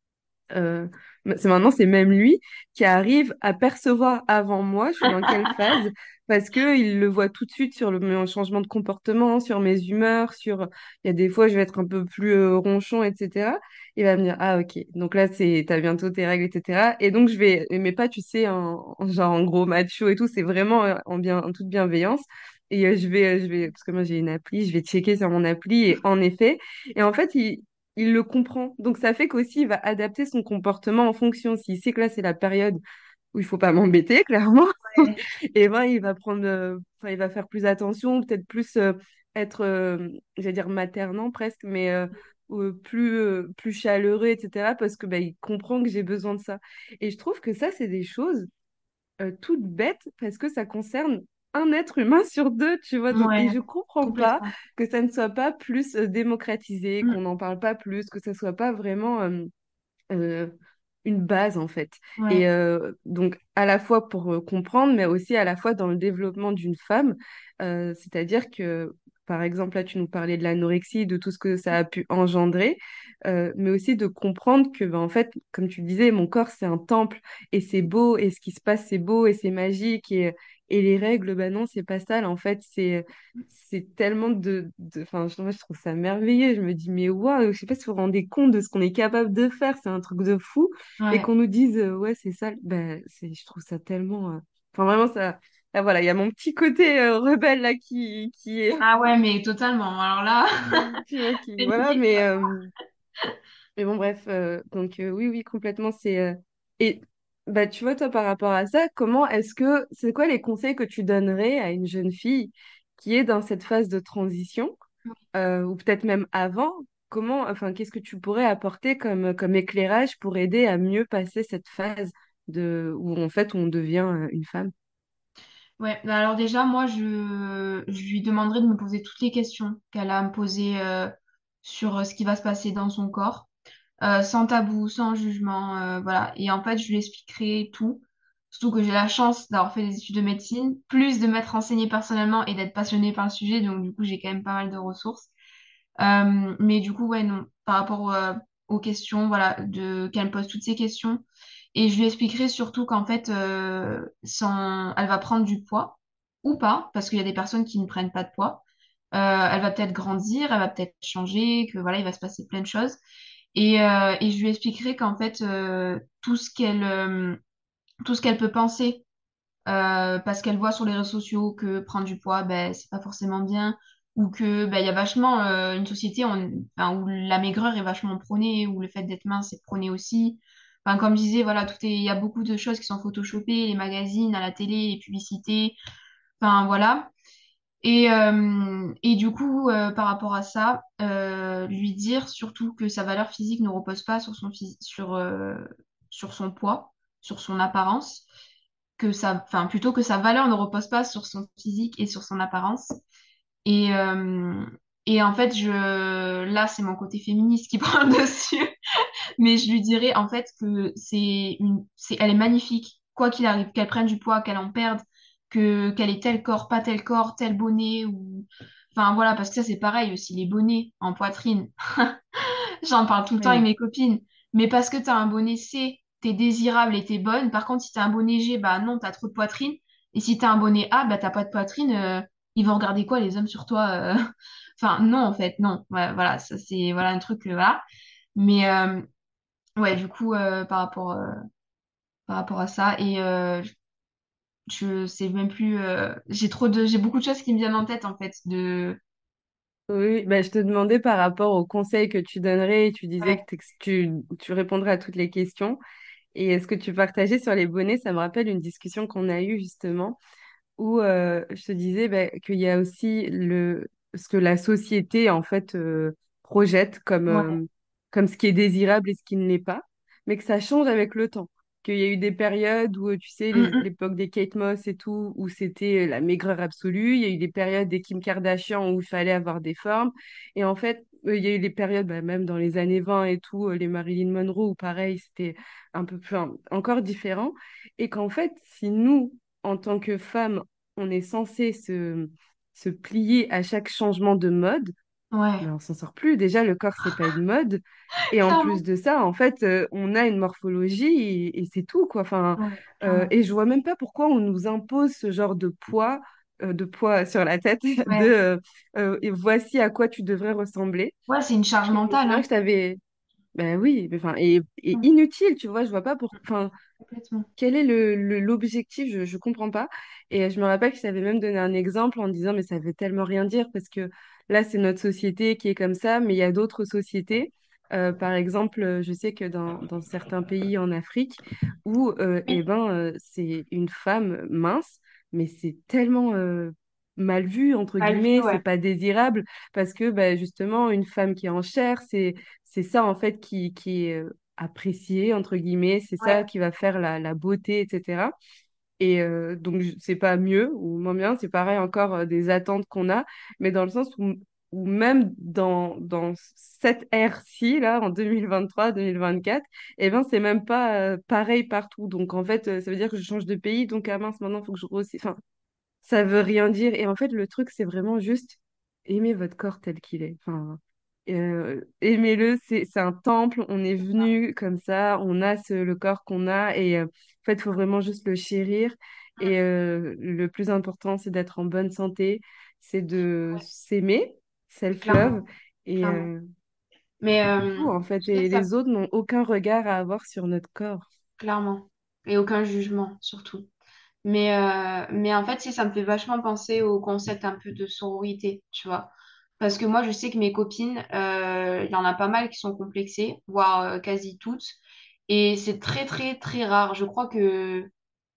euh, c'est maintenant, c'est même lui qui arrive à percevoir avant moi, je suis dans quelle phase, parce que il le voit tout de suite sur le, mon changement de comportement, sur mes humeurs, sur, il y a des fois, je vais être un peu plus euh, ronchon, et cetera. Il va me dire, ah, ok, donc là, c'est, t'as bientôt tes règles, et cetera. Et donc, je vais, mais pas, tu sais, en, en genre, en gros macho et tout, c'est vraiment euh, en bien, en toute bienveillance. Et euh, je vais, euh, je vais, parce que moi, j'ai une appli, je vais checker sur mon appli, et en effet, et en fait, il, il le comprend. Donc ça fait qu'aussi il va adapter son comportement en fonction. S'il sait que là c'est la période où il faut pas m'embêter, clairement, Ouais, et ben il va prendre, euh, enfin il va faire plus attention, peut-être plus euh, être, euh, j'allais dire maternant presque, mais euh, euh, plus euh, plus chaleureux, et cetera. Parce que bah, il comprend que j'ai besoin de ça. Et je trouve que ça c'est des choses euh, toute bête parce que ça concerne un être humain sur deux, tu vois. Donc, et ouais, je comprends pas complètement. que ça ne soit pas plus euh, démocratisé, qu'on Mm, n'en parle pas plus, que ça soit pas vraiment euh, euh, une base en fait. Et ouais, euh, donc, à la fois pour euh, comprendre, mais aussi à la fois dans le développement d'une femme, euh, c'est-à-dire que par exemple, là, tu nous parlais de l'anorexie, de tout ce que ça a pu engendrer, euh, mais aussi de comprendre que, ben, en fait, comme tu disais, mon corps, c'est un temple et c'est beau et ce qui se passe, c'est beau et c'est magique et, et les règles, ben non, c'est pas ça. Là, en fait, c'est c'est tellement de, de... Enfin, je, moi, je trouve ça merveilleux. Je me dis, mais waouh, je sais pas si vous vous rendez compte de ce qu'on est capable de faire. C'est un truc de fou. Et Ouais. qu'on nous dise, euh, ouais, c'est ça, ben, c'est, je trouve ça tellement... euh, Enfin, vraiment, ça... Là, voilà, il y a mon petit côté euh, rebelle là qui, qui est... Ah ouais, mais totalement. Alors là, Tu vois, qui... c'est Voilà, limite. mais... euh, Mais bon, bref, euh, donc euh, oui, oui, complètement, c'est... euh, Et bah, tu vois, toi, par rapport à ça, comment est-ce que... C'est quoi les conseils que tu donnerais à une jeune fille qui est dans cette phase de transition, euh, ou peut-être même avant? Comment, enfin, qu'est-ce que tu pourrais apporter comme, comme éclairage pour aider à mieux passer cette phase de... où, en fait, on devient euh, une femme? Ouais, bah alors déjà, moi, je, je lui demanderai de me poser toutes les questions qu'elle a à me poser euh, sur euh, ce qui va se passer dans son corps, euh, sans tabou, sans jugement, euh, voilà. Et en fait, je lui expliquerai tout. Surtout que j'ai la chance d'avoir fait des études de médecine, plus de m'être renseignée personnellement et d'être passionnée par le sujet, donc du coup, j'ai quand même pas mal de ressources. Euh, mais du coup, ouais, non, par rapport euh, aux questions, voilà, de qu'elle me pose toutes ces questions. Et je lui expliquerai surtout qu'en fait, euh, son- elle va prendre du poids ou pas, parce qu'il y a des personnes qui ne prennent pas de poids. Euh, elle va peut-être grandir, elle va peut-être changer, que voilà, il va se passer plein de choses. Et, euh, et je lui expliquerai qu'en fait, euh, tout ce qu'elle euh, tout ce qu'elle peut penser euh, parce qu'elle voit sur les réseaux sociaux que prendre du poids, ben, c'est pas forcément bien, ou que ben, il y a vachement euh, une société on- enfin, où la maigreur est vachement prônée, où le fait d'être mince est prôné aussi. Enfin, comme je disais, voilà, tout est, il y a beaucoup de choses qui sont photoshopées, les magazines, à la télé, les publicités, enfin voilà. Et, euh, et du coup, euh, par rapport à ça, euh, lui dire surtout que sa valeur physique ne repose pas sur son, phys- sur, euh, sur son poids, sur son apparence, que ça, enfin, plutôt que sa valeur ne repose pas sur son physique et sur son apparence. Et, euh, et en fait, je, là, c'est mon côté féministe qui prend le dessus, mais je lui dirais en fait que c'est une, c'est, elle est magnifique, quoi qu'il arrive, qu'elle prenne du poids, qu'elle en perde, que qu'elle ait tel corps, pas tel corps, tel bonnet ou, enfin voilà, parce que ça c'est pareil aussi les bonnets en poitrine. J'en parle tout le temps avec Oui. mes copines, mais parce que t'as un bonnet C, t'es désirable et t'es bonne. Par contre, si t'as un bonnet G, bah non, t'as trop de poitrine. Et si t'as un bonnet A, bah t'as pas de poitrine. euh, ils vont regarder quoi les hommes sur toi? euh Enfin non en fait, non. Ouais, voilà, ça c'est voilà un truc euh, voilà. Mais euh, ouais, du coup, euh, par rapport, euh, par rapport à ça, et euh, je sais même plus, euh, j'ai trop de, j'ai beaucoup de choses qui me viennent en tête, en fait, de... Oui, bah, je te demandais par rapport aux conseils que tu donnerais, tu disais que Ouais, t'ex- tu, tu répondrais à toutes les questions. Et ce que tu partageais sur les bonnets, ça me rappelle une discussion qu'on a eue justement, où euh, je te disais bah, qu'il y a aussi le, ce que la société en fait euh, projette comme, ouais. euh, comme ce qui est désirable et ce qui ne l'est pas, mais que ça change avec le temps. Qu'il y a eu des périodes où, tu sais, Mm, les- mm. l'époque des Kate Moss et tout, où c'était la maigreur absolue. Il y a eu des périodes des Kim Kardashian où il fallait avoir des formes. Et en fait, euh, il y a eu les périodes, bah, même dans les années vingt et tout, euh, les Marilyn Monroe, où pareil, c'était un peu plus, enfin, encore différent. Et qu'en fait, si nous, en tant que femmes, on est censé se, se plier à chaque changement de mode, mais Ouais, on s'en sort plus. Déjà, le corps, c'est pas une mode. Et en plus clairement. de ça, en fait, euh, on a une morphologie et, et c'est tout, quoi. Enfin, Ouais, euh, clairement. et je vois même pas pourquoi on nous impose ce genre de poids, euh, de poids sur la tête, de Ouais, euh, euh, et voici à quoi tu devrais ressembler. ouais, c'est une charge Et c'est mentale, vrai hein. que je t'avais. Ben oui, mais enfin, et, et Ouais, inutile, tu vois, je vois pas pour. Enfin, complètement. quel est le, le- l'objectif? Je, je comprends pas. Et euh, je me rappelle que je t'avais même donné un exemple en disant, mais ça veut tellement rien dire parce que là, c'est notre société qui est comme ça, mais il y a d'autres sociétés. Euh, par exemple, euh, je sais que dans, dans certains pays en Afrique où, euh, eh Oui, ben, euh, c'est une femme mince, mais c'est tellement euh, mal vu, entre mal vu, guillemets, c'est ouais. pas désirable parce que, bah, justement, une femme qui est en chair, c'est, c'est ça, en fait, qui, qui est euh, apprécié, entre guillemets, c'est ça Ouais, qui va faire la, la beauté, et cetera. Et euh, donc, je- c'est pas mieux ou moins bien, c'est pareil encore euh, des attentes qu'on a, mais dans le sens où, où même dans, dans cette ère-ci, là, en deux mille vingt-trois, deux mille vingt-quatre, eh ben, c'est même pas euh, pareil partout. Donc, en fait, euh, ça veut dire que je change de pays, donc, ah mince, maintenant, il faut que je grossis. Enfin, ça veut rien dire. Et en fait, le truc, c'est vraiment juste. aimez votre corps tel qu'il est. Enfin, euh, aimez-le, c'est, c'est un temple, on est venu comme ça, on a ce, le corps qu'on a et euh, en fait, il faut vraiment juste le chérir. Mm. Et euh, le plus important, c'est d'être en bonne santé, c'est de Ouais, s'aimer, self-love. clairement, Et clairement. euh, Mais c'est euh, tout, en fait. tu sais, Et ça, les autres n'ont aucun regard à avoir sur notre corps. clairement. Et aucun jugement, surtout. Mais, euh, mais en fait, si ça me fait vachement penser au concept un peu de sororité, tu vois. Parce que moi, je sais que mes copines, euh, il y en a pas mal qui sont complexées, voire euh, quasi toutes. Et c'est très, très, très rare. Je crois que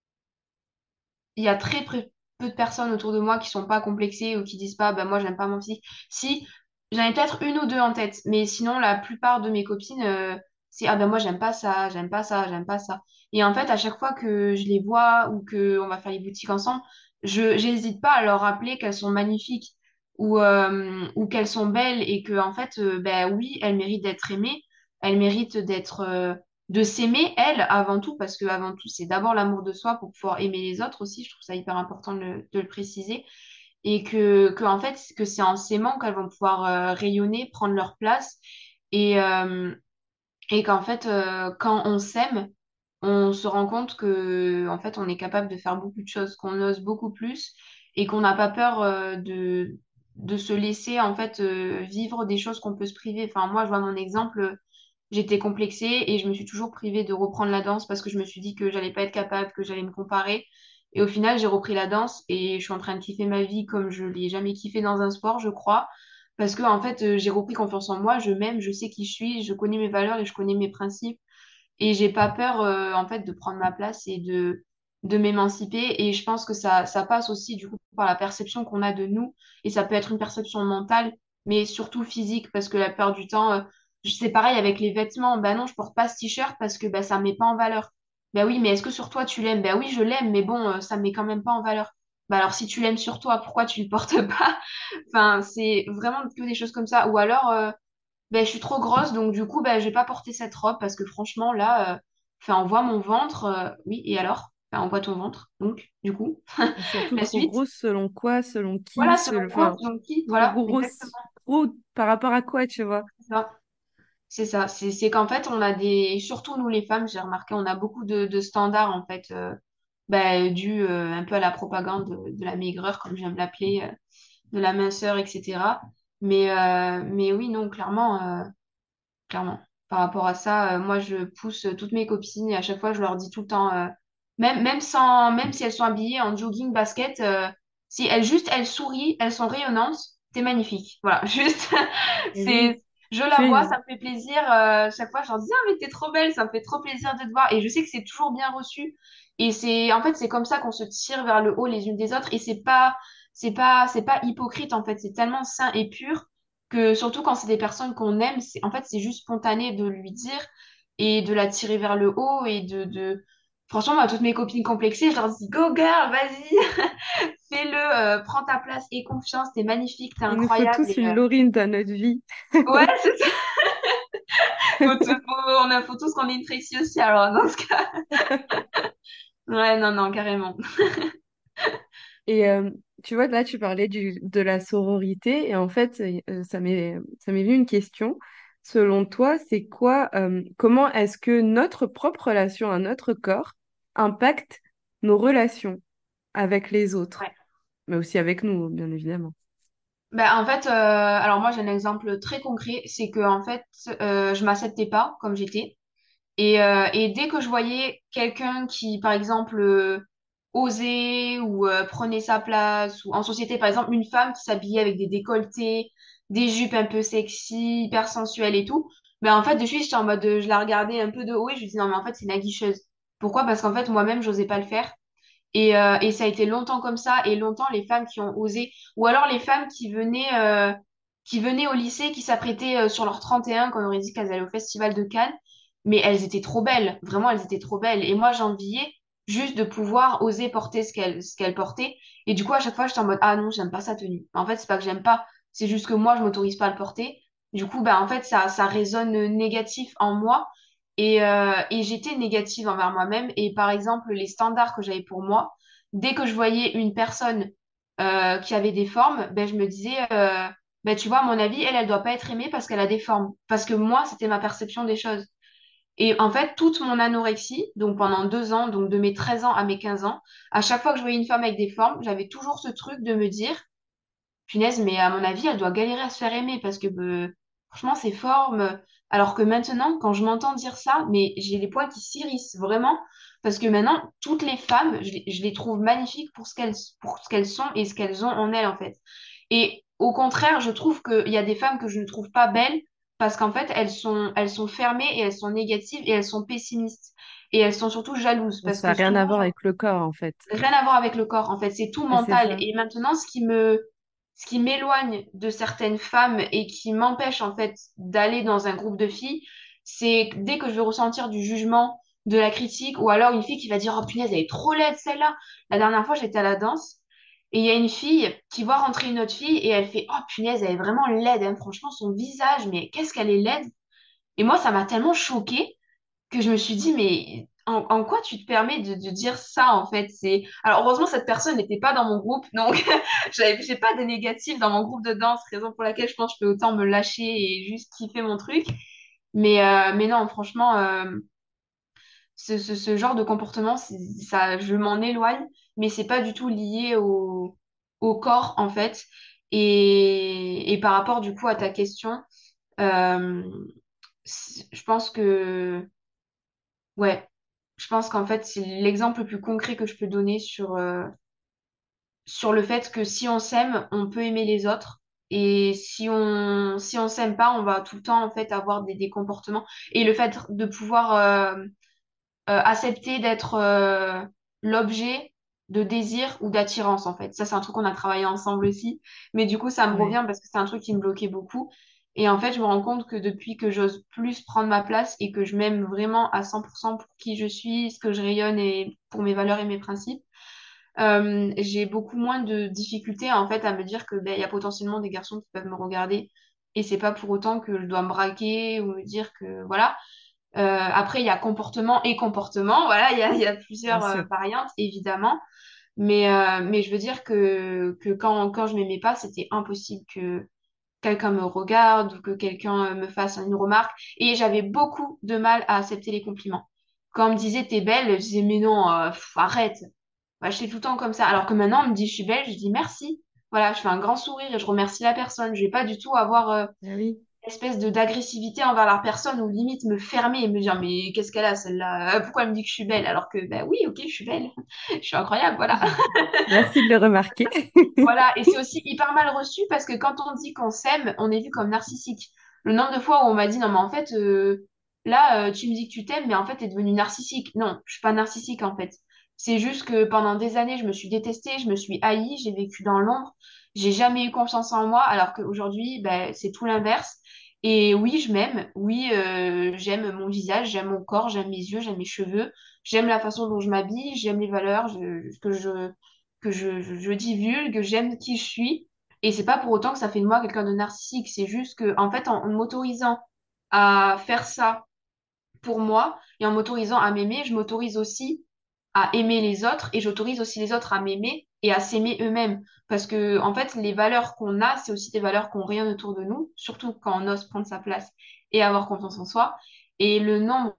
il y a très, très peu de personnes autour de moi qui sont pas complexées ou qui disent pas, bah, moi, j'aime pas mon physique. Si, j'en ai peut-être une ou deux en tête. Mais sinon, la plupart de mes copines, euh, c'est, ah ben moi, j'aime pas ça, j'aime pas ça, j'aime pas ça. Et en fait, à chaque fois que je les vois ou que on va faire les boutiques ensemble, je, j'hésite pas à leur rappeler qu'elles sont magnifiques ou, euh, ou qu'elles sont belles et que, en fait, euh, ben oui, elles méritent d'être aimées, elles méritent d'être, euh, de s'aimer, elles, avant tout, parce que avant tout, c'est d'abord l'amour de soi pour pouvoir aimer les autres aussi. Je trouve ça hyper important de le, de le préciser. Et que, que, en fait, que c'est en s'aimant qu'elles vont pouvoir euh, rayonner, prendre leur place. Et, euh, et qu'en fait, euh, quand on s'aime, on se rend compte que, en fait, on est capable de faire beaucoup de choses, qu'on ose beaucoup plus et qu'on n'a pas peur euh, de, de se laisser, en fait, euh, vivre des choses qu'on peut se priver. Enfin, moi, je vois mon exemple, j'étais complexée et je me suis toujours privée de reprendre la danse parce que je me suis dit que j'allais pas être capable, que j'allais me comparer. Et au final, j'ai repris la danse et je suis en train de kiffer ma vie comme je l'ai jamais kiffé dans un sport, je crois. Parce que, en fait, euh, j'ai repris confiance en moi, je m'aime, je sais qui je suis, je connais mes valeurs et je connais mes principes. Et j'ai pas peur, euh, en fait, de prendre ma place et de, de m'émanciper. Et je pense que ça, ça passe aussi, du coup, par la perception qu'on a de nous. Et ça peut être une perception mentale, mais surtout physique, parce que la plupart du temps, euh, c'est pareil avec les vêtements. Bah non, je porte pas ce t-shirt parce que bah, ça me met pas en valeur. Bah oui, mais est-ce que sur toi, tu l'aimes? Bah oui, je l'aime, mais bon, euh, ça me met quand même pas en valeur. Bah alors, si tu l'aimes sur toi, pourquoi tu le portes pas? Enfin, c'est vraiment que des choses comme ça. Ou alors, euh, ben, je suis trop grosse, donc du coup, ben, je vais pas porter cette robe parce que franchement, là, euh, enfin, on voit mon ventre. Euh, oui, et alors? Enfin, on voit ton ventre. Donc, du coup, Et surtout la trop suite. grosse selon quoi, selon qui, Voilà, selon selon... quoi, enfin, selon qui. trop Voilà, grosse, exactement. trop par rapport à quoi, tu vois. C'est ça. C'est ça. C'est c'est qu'en fait, on a des. Surtout nous, les femmes, j'ai remarqué, on a beaucoup de, de standards, en fait, euh, ben, dû euh, un peu à la propagande de, de la maigreur, comme j'aime l'appeler, euh, de la minceur, et cetera. Mais, euh, mais oui, non, clairement. euh, clairement. Par rapport à ça, euh, moi, je pousse euh, toutes mes copines et à chaque fois, je leur dis tout le temps, euh, même, même sans, même si elles sont habillées en jogging, basket, euh, si elles juste, elles sourient, elles sont rayonnantes, t'es magnifique. Voilà, juste, Et oui, c'est, je tu la es vois, une... ça me fait plaisir. Euh, chaque fois, je leur dis, ah, mais t'es trop belle, ça me fait trop plaisir de te voir. Et je sais que c'est toujours bien reçu. Et c'est, en fait, c'est comme ça qu'on se tire vers le haut les unes des autres. Et c'est pas, c'est pas, c'est pas hypocrite, en fait. C'est tellement sain et pur que surtout quand c'est des personnes qu'on aime, c'est en fait c'est juste spontané de lui dire et de la tirer vers le haut et de, de... Franchement, moi, toutes mes copines complexées, je leur dis go girl, vas-y, fais-le, euh, prends ta place et confiance, t'es magnifique, t'es Il nous faut incroyable. tous Et, une euh, Laurine dans notre vie. Ouais, c'est ça. Faut, tout- faut- on a, faut tous qu'on ait une Tracy aussi, alors dans ce cas. Ouais, non, non, carrément. Et euh, tu vois, là, tu parlais du, de la sororité et en fait, euh, ça m'est, ça m'est venu une question. Selon toi, c'est quoi, euh, comment est-ce que notre propre relation à notre corps impacte nos relations avec les autres, Ouais. mais aussi avec nous, bien évidemment. Ben, en fait, euh, alors moi j'ai un exemple très concret, c'est que en fait, euh, je m'acceptais pas comme j'étais. Et, euh, et dès que je voyais quelqu'un qui, par exemple, euh, osait ou euh, prenait sa place, ou en société, par exemple, une femme qui s'habillait avec des décolletés, des jupes un peu sexy, hyper sensuelles et tout, ben en fait, de suite, j'étais en mode, euh, je la regardais un peu de haut et je lui disais, non, mais en fait, c'est une aguicheuse. Pourquoi? Parce qu'en fait, moi-même, j'osais pas le faire. Et, euh, et ça a été longtemps comme ça, et longtemps les femmes qui ont osé, ou alors les femmes qui venaient, euh, qui venaient au lycée, qui s'apprêtaient euh, sur leur trente et un, quand on aurait dit qu'elles allaient au Festival de Cannes, mais elles étaient trop belles, vraiment elles étaient trop belles. Et moi j'enviais juste de pouvoir oser porter ce qu'elles ce qu'elles portaient. Et du coup à chaque fois j'étais en mode, ah non, j'aime pas sa tenue. En fait, c'est pas que j'aime pas, c'est juste que moi je m'autorise pas à le porter. Du coup, bah, en fait, ça, ça résonne négatif en moi. Et, euh, et j'étais négative envers moi-même. Et par exemple, les standards que j'avais pour moi, dès que je voyais une personne euh, qui avait des formes, ben, je me disais, euh, ben, tu vois, à mon avis, elle, elle doit pas être aimée parce qu'elle a des formes. Parce que moi, c'était ma perception des choses. Et en fait, toute mon anorexie, donc pendant deux ans, donc de mes treize ans à mes quinze ans, à chaque fois que je voyais une femme avec des formes, j'avais toujours ce truc de me dire, punaise, mais à mon avis, elle doit galérer à se faire aimer parce que euh, franchement, ces formes. Alors que maintenant, quand je m'entends dire ça, mais j'ai les poils qui s'hérissent vraiment parce que maintenant, toutes les femmes, je les, je les trouve magnifiques pour ce qu'elles pour ce qu'elles sont et ce qu'elles ont en elles, en fait. Et au contraire, je trouve qu'il y a des femmes que je ne trouve pas belles parce qu'en fait, elles sont, elles sont fermées et elles sont négatives et elles sont pessimistes. Et elles sont surtout jalouses parce Ça n'a que rien à souvent, voir avec le corps, en fait. rien à voir avec le corps, en fait, c'est tout Et c'est mental. ça. Et maintenant, ce qui me, ce qui m'éloigne de certaines femmes et qui m'empêche, en fait, d'aller dans un groupe de filles, c'est que dès que je vais ressentir du jugement, de la critique, ou alors une fille qui va dire, oh punaise, elle est trop laide, celle-là. La dernière fois, j'étais à la danse, et il y a une fille qui voit rentrer une autre fille, et elle fait, oh punaise, elle est vraiment laide, hein. Franchement, son visage, mais qu'est-ce qu'elle est laide. Et moi, ça m'a tellement choquée que je me suis dit, mais en, en quoi tu te permets de, de dire ça, en fait? C'est... Alors, heureusement, cette personne n'était pas dans mon groupe, donc j'avais, j'ai pas de négatif dans mon groupe de danse, raison pour laquelle je pense que je peux autant me lâcher et juste kiffer mon truc. Mais, euh, mais non, franchement, euh, ce, ce, ce genre de comportement, c'est- ça, je m'en éloigne, mais c'est pas du tout lié au, au corps, en fait. Et, et par rapport, du coup, à ta question, euh, c'est- je pense que ouais, je pense qu'en fait, c'est l'exemple le plus concret que je peux donner sur, euh, sur le fait que si on s'aime, on peut aimer les autres. Et si on si on s'aime pas, on va tout le temps en fait avoir des, des comportements. Et le fait de pouvoir euh, euh, accepter d'être euh, l'objet de désir ou d'attirance, en fait. Ça, c'est un truc qu'on a travaillé ensemble aussi. Mais du coup, ça me Ouais. revient parce que c'est un truc qui me bloquait beaucoup. Et en fait, je me rends compte que depuis que j'ose plus prendre ma place et que je m'aime vraiment à cent pour cent pour qui je suis, ce que je rayonne et pour mes valeurs et mes principes, euh, j'ai beaucoup moins de difficultés en fait à me dire que ben, il y a potentiellement des garçons qui peuvent me regarder et c'est pas pour autant que je dois me braquer ou me dire que voilà. Euh, après, il y a comportement et comportement. Voilà, il y a, il y a Bien plusieurs euh, sûr. variantes, évidemment. Mais, euh, mais je veux dire que, que quand, quand je m'aimais pas, c'était impossible que quelqu'un me regarde ou que quelqu'un euh, me fasse une remarque. Et j'avais beaucoup de mal à accepter les compliments. Quand on me disait t'es belle, je disais mais non, euh, pff, arrête. Bah, je fais tout le temps comme ça. Alors que maintenant, on me dit je suis belle, je dis merci. Voilà, je fais un grand sourire et je remercie la personne. Je vais pas du tout avoir euh, Ah oui. espèce de d'agressivité envers la personne ou limite me fermer et me dire mais qu'est-ce qu'elle a celle-là? Euh, Pourquoi elle me dit que je suis belle? Alors que bah oui, ok, je suis belle. Je suis incroyable, voilà. Merci de le remarquer. Voilà, et c'est aussi hyper mal reçu parce que quand on dit qu'on s'aime, on est vu comme narcissique. Le nombre de fois où on m'a dit non mais en fait euh, là euh, tu me dis que tu t'aimes mais en fait t'es devenu narcissique. Non, je suis pas narcissique en fait. C'est juste que pendant des années je me suis détestée, je me suis haïe, j'ai vécu dans l'ombre, j'ai jamais eu confiance en moi alors qu'aujourd'hui ben, c'est tout l'inverse. Et oui, je m'aime, oui, euh, j'aime mon visage, j'aime mon corps, j'aime mes yeux, j'aime mes cheveux, j'aime la façon dont je m'habille, j'aime les valeurs je- que je que je, je, je divulgue, j'aime qui je suis. Et c'est pas pour autant que ça fait de moi quelqu'un de narcissique. C'est juste que, en fait, en, en m'autorisant à faire ça pour moi et en m'autorisant à m'aimer, je m'autorise aussi à aimer les autres et j'autorise aussi les autres à m'aimer et à s'aimer eux-mêmes. Parce que, en fait, les valeurs qu'on a, c'est aussi des valeurs qu'on rayonne autour de nous, surtout quand on ose prendre sa place et avoir confiance en soi. Et le nombre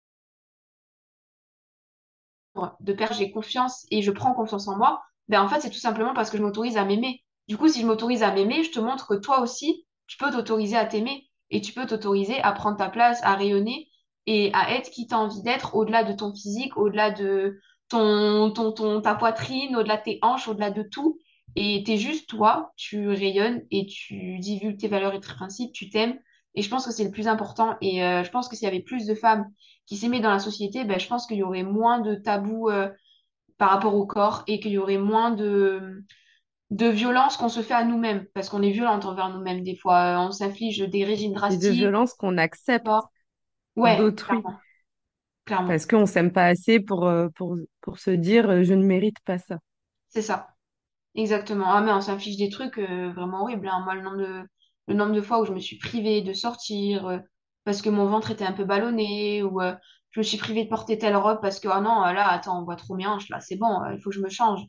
de perdre, j'ai confiance et je prends confiance en moi, ben en fait, c'est tout simplement parce que je m'autorise à m'aimer. Du coup, si je m'autorise à m'aimer, je te montre que toi aussi, tu peux t'autoriser à t'aimer et tu peux t'autoriser à prendre ta place, à rayonner et à être qui t'as envie d'être au-delà de ton physique, au-delà de ton, ton, ton, ta poitrine, au-delà de tes hanches, au-delà de tout. Et t'es juste toi, tu rayonnes et tu divulgues tes valeurs et tes principes, tu t'aimes. Et je pense que c'est le plus important. Et euh, je pense que s'il y avait plus de femmes qui s'aimaient dans la société, ben, je pense qu'il y aurait moins de tabous euh, par rapport au corps et qu'il y aurait moins de, de violence qu'on se fait à nous-mêmes, parce qu'on est violente envers nous-mêmes des fois. Euh, On s'inflige des régimes Et de drastiques. violence qu'on accepte Bon. Ouais, d'autrui. clairement, clairement. Parce qu'on s'aime pas assez pour, euh, pour, pour se dire euh, je ne mérite pas ça. C'est ça, exactement. Ah, mais on s'inflige des trucs euh, vraiment horribles, hein. Moi, le nombre de, le nombre de fois où je me suis privée de sortir euh, parce que mon ventre était un peu ballonné, ou euh, je me suis privée de porter telle robe parce que, oh non, euh, là, attends, on voit trop mes hanches, là, c'est bon, euh, il faut que je me change.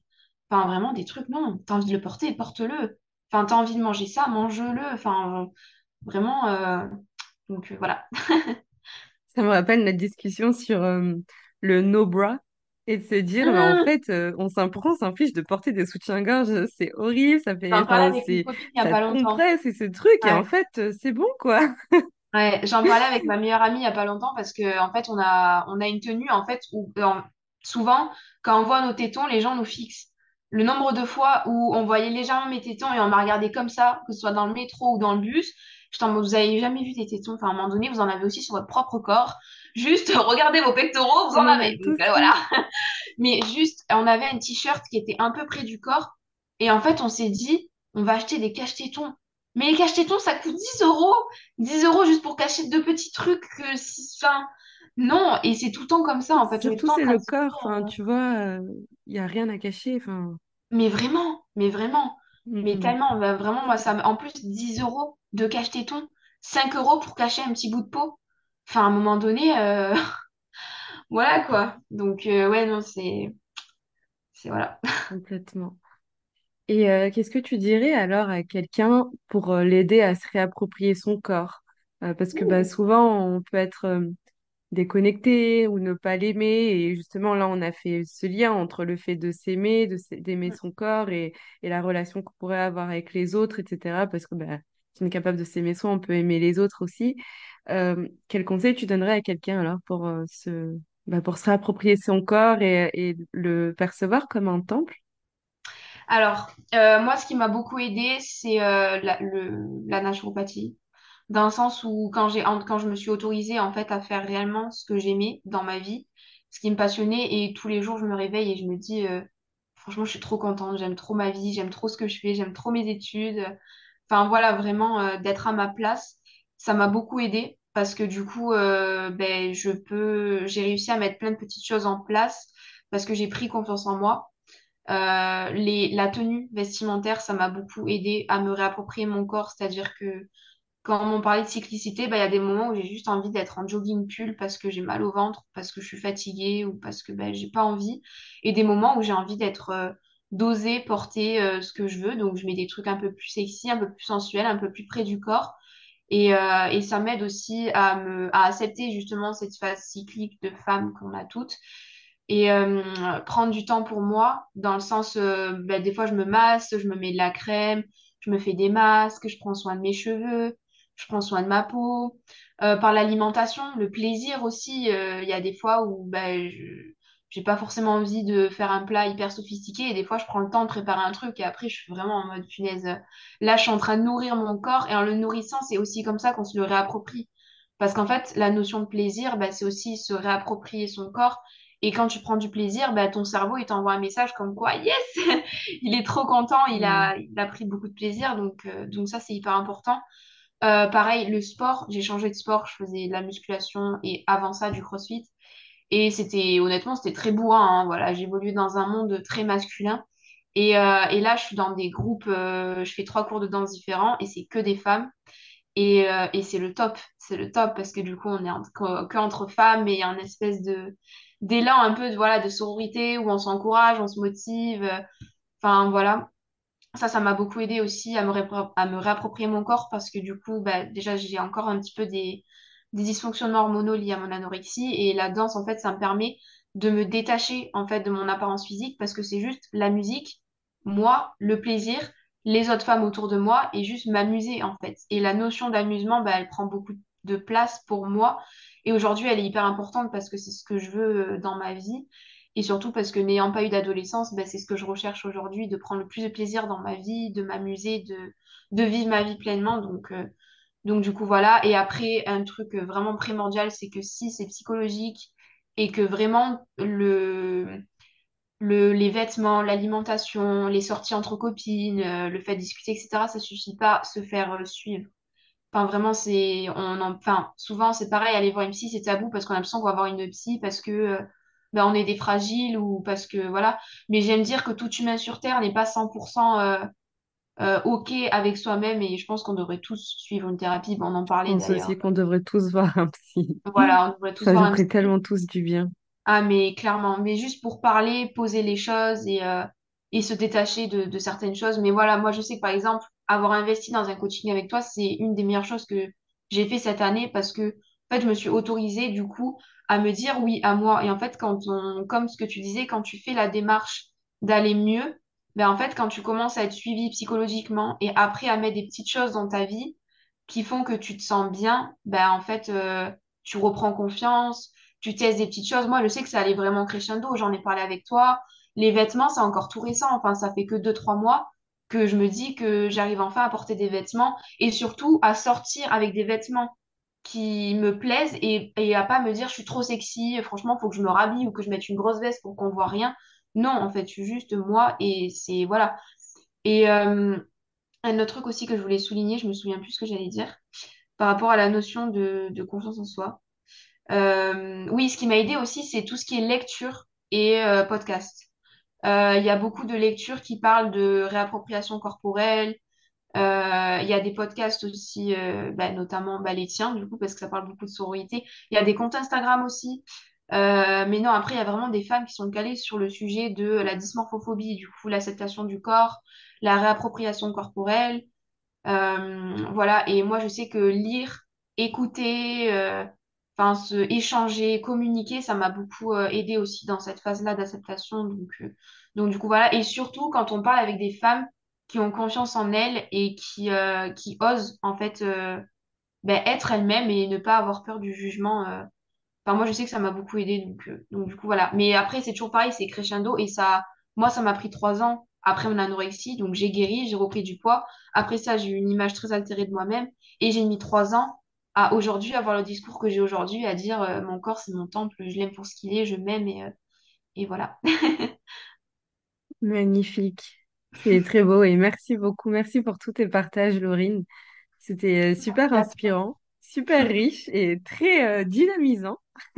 Enfin, vraiment, des trucs, non. T'as envie de le porter, porte-le. Enfin, t'as envie de manger ça, mange-le. Enfin, vraiment. euh, Donc, euh, voilà. Ça me rappelle notre discussion sur euh, le no bra et de se dire, mais en Hum, fait, euh, on s'en pourquoi on s'en fiche de porter des soutiens-gorge, c'est horrible, ça fait, J'en parlais enfin, avec une c'est, copine il n'y a ça pas te longtemps. compresse et ce truc, et en Ouais. fait, euh, c'est bon, quoi. Ouais, j'en parlais avec ma meilleure amie il y a pas longtemps parce que en fait on a on a une tenue en fait où en- souvent quand on voit nos tétons les gens nous fixent. Le nombre de fois où on voyait légèrement mes tétons et on m'a regardé comme ça, que ce soit dans le métro ou dans le bus, j'étais en mode vous avez jamais vu des tétons, enfin à un moment donné vous en avez aussi sur votre propre corps. Juste regardez vos pectoraux, vous On en en a avez. Donc tous euh, voilà. eu. Mais juste on avait un t-shirt qui était un peu près du corps et en fait on s'est dit on va acheter des cache-tétons. Mais les cache-tétons ça coûte dix euros. Dix euros juste pour cacher deux petits trucs que si, enfin, non, et c'est tout le temps comme ça, en fait. On est tout le Surtout, temps en c'est train le de se corps, dire, enfin, euh, tu vois, il y a rien à cacher, enfin. mais vraiment, mais vraiment, Mm, mais mm. tellement, bah, vraiment, moi, ça me, en plus, dix euros de cache-téton, cinq euros pour cacher un petit bout de peau. Enfin, à un moment donné, euh, voilà, quoi. Donc, euh, ouais, non, c'est, c'est, voilà. Complètement. Et euh, qu'est-ce que tu dirais alors à quelqu'un pour euh, l'aider à se réapproprier son corps? Euh, parce que bah, Ouh. souvent, on peut être euh, déconnecté ou ne pas l'aimer. Et justement, là, on a fait ce lien entre le fait de s'aimer, de s- d'aimer son corps et, et la relation qu'on pourrait avoir avec les autres, et cetera. Parce que bah, si on est capable de s'aimer soi, on peut aimer les autres aussi. Euh, quel conseil tu donnerais à quelqu'un alors pour, euh, se, bah, pour se réapproprier son corps et, et le percevoir comme un temple? Alors, euh, moi, ce qui m'a beaucoup aidé, c'est euh, la, le, la naturopathie. Dans le sens où quand j'ai, en- quand je me suis autorisée en fait à faire réellement ce que j'aimais dans ma vie, ce qui me passionnait, et tous les jours je me réveille et je me dis, euh, franchement, je suis trop contente, j'aime trop ma vie, j'aime trop ce que je fais, j'aime trop mes études. Enfin voilà, vraiment euh, d'être à ma place, ça m'a beaucoup aidé parce que du coup, euh, ben, je peux, j'ai réussi à mettre plein de petites choses en place parce que j'ai pris confiance en moi. Euh, les, la tenue vestimentaire, ça m'a beaucoup aidé à me réapproprier mon corps, c'est-à-dire que quand on parlait de cyclicité, bah, il y a des moments où j'ai juste envie d'être en jogging pull parce que j'ai mal au ventre, parce que je suis fatiguée ou parce que bah, j'ai pas envie. Et des moments où j'ai envie d'être euh, d'oser porter euh, ce que je veux. Donc je mets des trucs un peu plus sexy, un peu plus sensuels, un peu plus près du corps. Et, euh, et ça m'aide aussi à me, à accepter justement cette phase cyclique de femme qu'on a toutes. Et euh, prendre du temps pour moi, dans le sens, euh, bah, des fois je me masse, je me mets de la crème, je me fais des masques, je prends soin de mes cheveux, je prends soin de ma peau. Euh, par l'alimentation, le plaisir aussi, euh, il y a des fois où bah, je j'ai pas forcément envie de faire un plat hyper sophistiqué et des fois je prends le temps de préparer un truc et après je suis vraiment en mode punaise. euh, Là, je suis en train de nourrir mon corps et en le nourrissant, c'est aussi comme ça qu'on se le réapproprie. Parce qu'en fait, la notion de plaisir, bah, c'est aussi se réapproprier son corps. Et quand tu prends du plaisir, bah, ton cerveau, il t'envoie un message comme quoi, yes, il est trop content, il Mm. a, il a pris beaucoup de plaisir. Donc, euh, donc ça, c'est hyper important. Euh, pareil, le sport, j'ai changé de sport, je faisais de la musculation et avant ça, du crossfit. Et c'était, honnêtement, c'était très bourrin, hein. Voilà, j'évoluais dans un monde très masculin. Et, euh, et là, je suis dans des groupes, euh, je fais trois cours de danse différents et c'est que des femmes. Et, euh, et c'est le top, c'est le top parce que du coup, on est en- que, que entre femmes et il y a un espèce de d'élan un peu de, voilà, de sororité où on s'encourage, on se motive. euh, Enfin, voilà. Ça, ça m'a beaucoup aidé aussi à me, répro- à me réapproprier mon corps parce que du coup, bah, déjà, j'ai encore un petit peu des, des dysfonctionnements hormonaux liés à mon anorexie et la danse, en fait, ça me permet de me détacher, en fait, de mon apparence physique parce que c'est juste la musique, moi, le plaisir, les autres femmes autour de moi et juste m'amuser, en fait. Et la notion d'amusement, bah, elle prend beaucoup de place pour moi et aujourd'hui, elle est hyper importante parce que c'est ce que je veux euh, dans ma vie. Et surtout parce que n'ayant pas eu d'adolescence, ben, c'est ce que je recherche aujourd'hui, de prendre le plus de plaisir dans ma vie, de m'amuser, de, de vivre ma vie pleinement. Donc, euh, donc du coup, voilà. Et après, un truc euh, vraiment primordial, c'est que si c'est psychologique et que vraiment le, le, les vêtements, l'alimentation, les sorties entre copines, euh, le fait de discuter, et cetera, ça suffit pas se faire euh, suivre. Enfin, vraiment, c'est, on en, enfin, souvent, c'est pareil, aller voir une psy, c'est tabou parce qu'on a l'impression qu'on va voir une psy parce que, euh, ben, on est des fragiles ou parce que, voilà. Mais j'aime dire que tout humain sur Terre n'est pas cent pour cent euh, euh, OK avec soi-même et je pense qu'on devrait tous suivre une thérapie. Bon, on en Je parlait pense d'ailleurs. aussi qu'on devrait tous voir un psy. Voilà, on devrait tous Ça voir nous un ferait psy. tellement tous du bien. Ah, mais clairement, mais juste pour parler, poser les choses et, euh, et se détacher de, de certaines choses. Mais voilà, moi, je sais que par exemple, avoir investi dans un coaching avec toi, c'est une des meilleures choses que j'ai fait cette année parce que, en fait, je me suis autorisée, du coup, à me dire oui à moi. Et en fait, quand on, comme ce que tu disais, quand tu fais la démarche d'aller mieux, ben en fait, quand tu commences à être suivi psychologiquement et après à mettre des petites choses dans ta vie qui font que tu te sens bien, ben en fait, euh, tu reprends confiance, tu testes des petites choses. Moi, je sais que ça allait vraiment crescendo. J'en ai parlé avec toi. Les vêtements, c'est encore tout récent. Enfin, ça fait que deux, trois mois que je me dis que j'arrive enfin à porter des vêtements et surtout à sortir avec des vêtements qui me plaisent et, et à pas me dire je suis trop sexy, franchement, faut que je me rhabille ou que je mette une grosse veste pour qu'on voit rien. Non, en fait, je suis juste moi et c'est voilà. Et euh, un autre truc aussi que je voulais souligner, je me souviens plus ce que j'allais dire, par rapport à la notion de, de confiance en soi. Euh, oui, ce qui m'a aidé aussi, c'est tout ce qui est lecture et euh, podcast. Euh, Il y a beaucoup de lectures qui parlent de réappropriation corporelle. Euh, Il y a des podcasts aussi, euh, bah, notamment bah, les tiens, du coup, parce que ça parle beaucoup de sororité. Il y a des comptes Instagram aussi. Euh, mais non, après, il y a vraiment des femmes qui sont calées sur le sujet de la dysmorphophobie, du coup, l'acceptation du corps, la réappropriation corporelle. Euh, voilà, et moi je sais que lire, écouter, euh, enfin se échanger, communiquer, ça m'a beaucoup euh, aidé aussi dans cette phase-là d'acceptation. Donc, euh, donc du coup voilà, et surtout quand on parle avec des femmes qui ont confiance en elles et qui, euh, qui osent en fait euh, ben, être elles-mêmes et ne pas avoir peur du jugement. euh. Enfin moi je sais que ça m'a beaucoup aidé, donc, euh, donc du coup voilà. Mais après c'est toujours pareil, c'est crescendo et ça, moi ça m'a pris trois ans après mon anorexie, donc j'ai guéri, j'ai repris du poids. Après ça, j'ai eu une image très altérée de moi-même et j'ai mis trois ans à aujourd'hui avoir le discours que j'ai aujourd'hui, à dire euh, mon corps c'est mon temple, je l'aime pour ce qu'il est, je m'aime et, euh, et voilà. Magnifique. C'est très beau et merci beaucoup. Merci pour tous tes partages, Laurine. C'était euh, super Merci à toi. inspirant, super riche et très euh, dynamisant.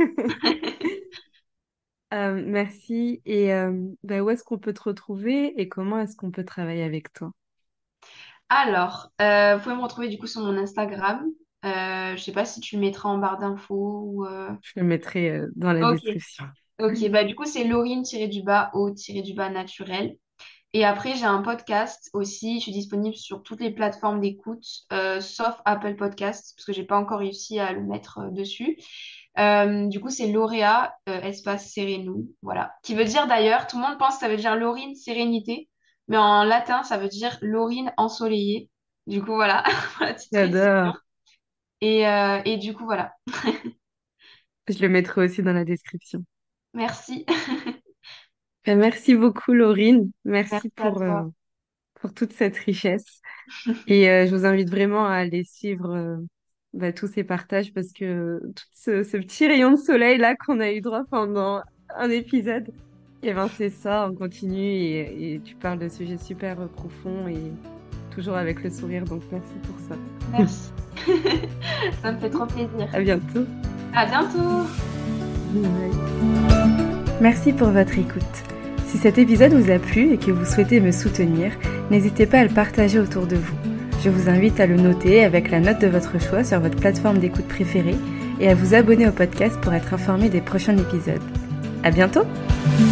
Euh, merci. Et euh, bah, où est-ce qu'on peut te retrouver et comment est-ce qu'on peut travailler avec toi? Alors, euh, vous pouvez me retrouver du coup sur mon Instagram. Euh, je sais pas si tu le mettras en barre d'infos ou. euh, Je le mettrai euh, dans la Ok, description. ok. Bah du coup c'est Laurine-du-bas au-du-bas naturel. Et après, j'ai un podcast aussi. Je suis disponible sur toutes les plateformes d'écoute, euh, sauf Apple Podcasts, parce que j'ai pas encore réussi à le mettre euh, dessus. Euh, du coup, c'est Lauréat, euh, espace Serenum, voilà. Qui veut dire d'ailleurs, tout le monde pense que ça veut dire Laurine, sérénité, mais en latin, ça veut dire Laurine ensoleillée. Du coup, voilà, pour la petite précision. J'adore. Et, euh, et du coup, voilà. Je le mettrai aussi dans la description. Merci. Ben, merci beaucoup, Laurine. Merci Merci à pour, euh, toi. pour toute cette richesse. Et euh, je vous invite vraiment à aller suivre euh, bah, tous ces partages parce que tout ce, ce petit rayon de soleil là qu'on a eu droit pendant un épisode, et ben c'est ça, on continue et, et tu parles de sujets super euh, profonds et toujours avec le sourire, donc merci pour ça. Merci. Ça me fait trop plaisir. À bientôt. À bientôt. Bye. Merci pour votre écoute. Si cet épisode vous a plu et que vous souhaitez me soutenir, n'hésitez pas à le partager autour de vous. Je vous invite à le noter avec la note de votre choix sur votre plateforme d'écoute préférée et à vous abonner au podcast pour être informé des prochains épisodes. À bientôt!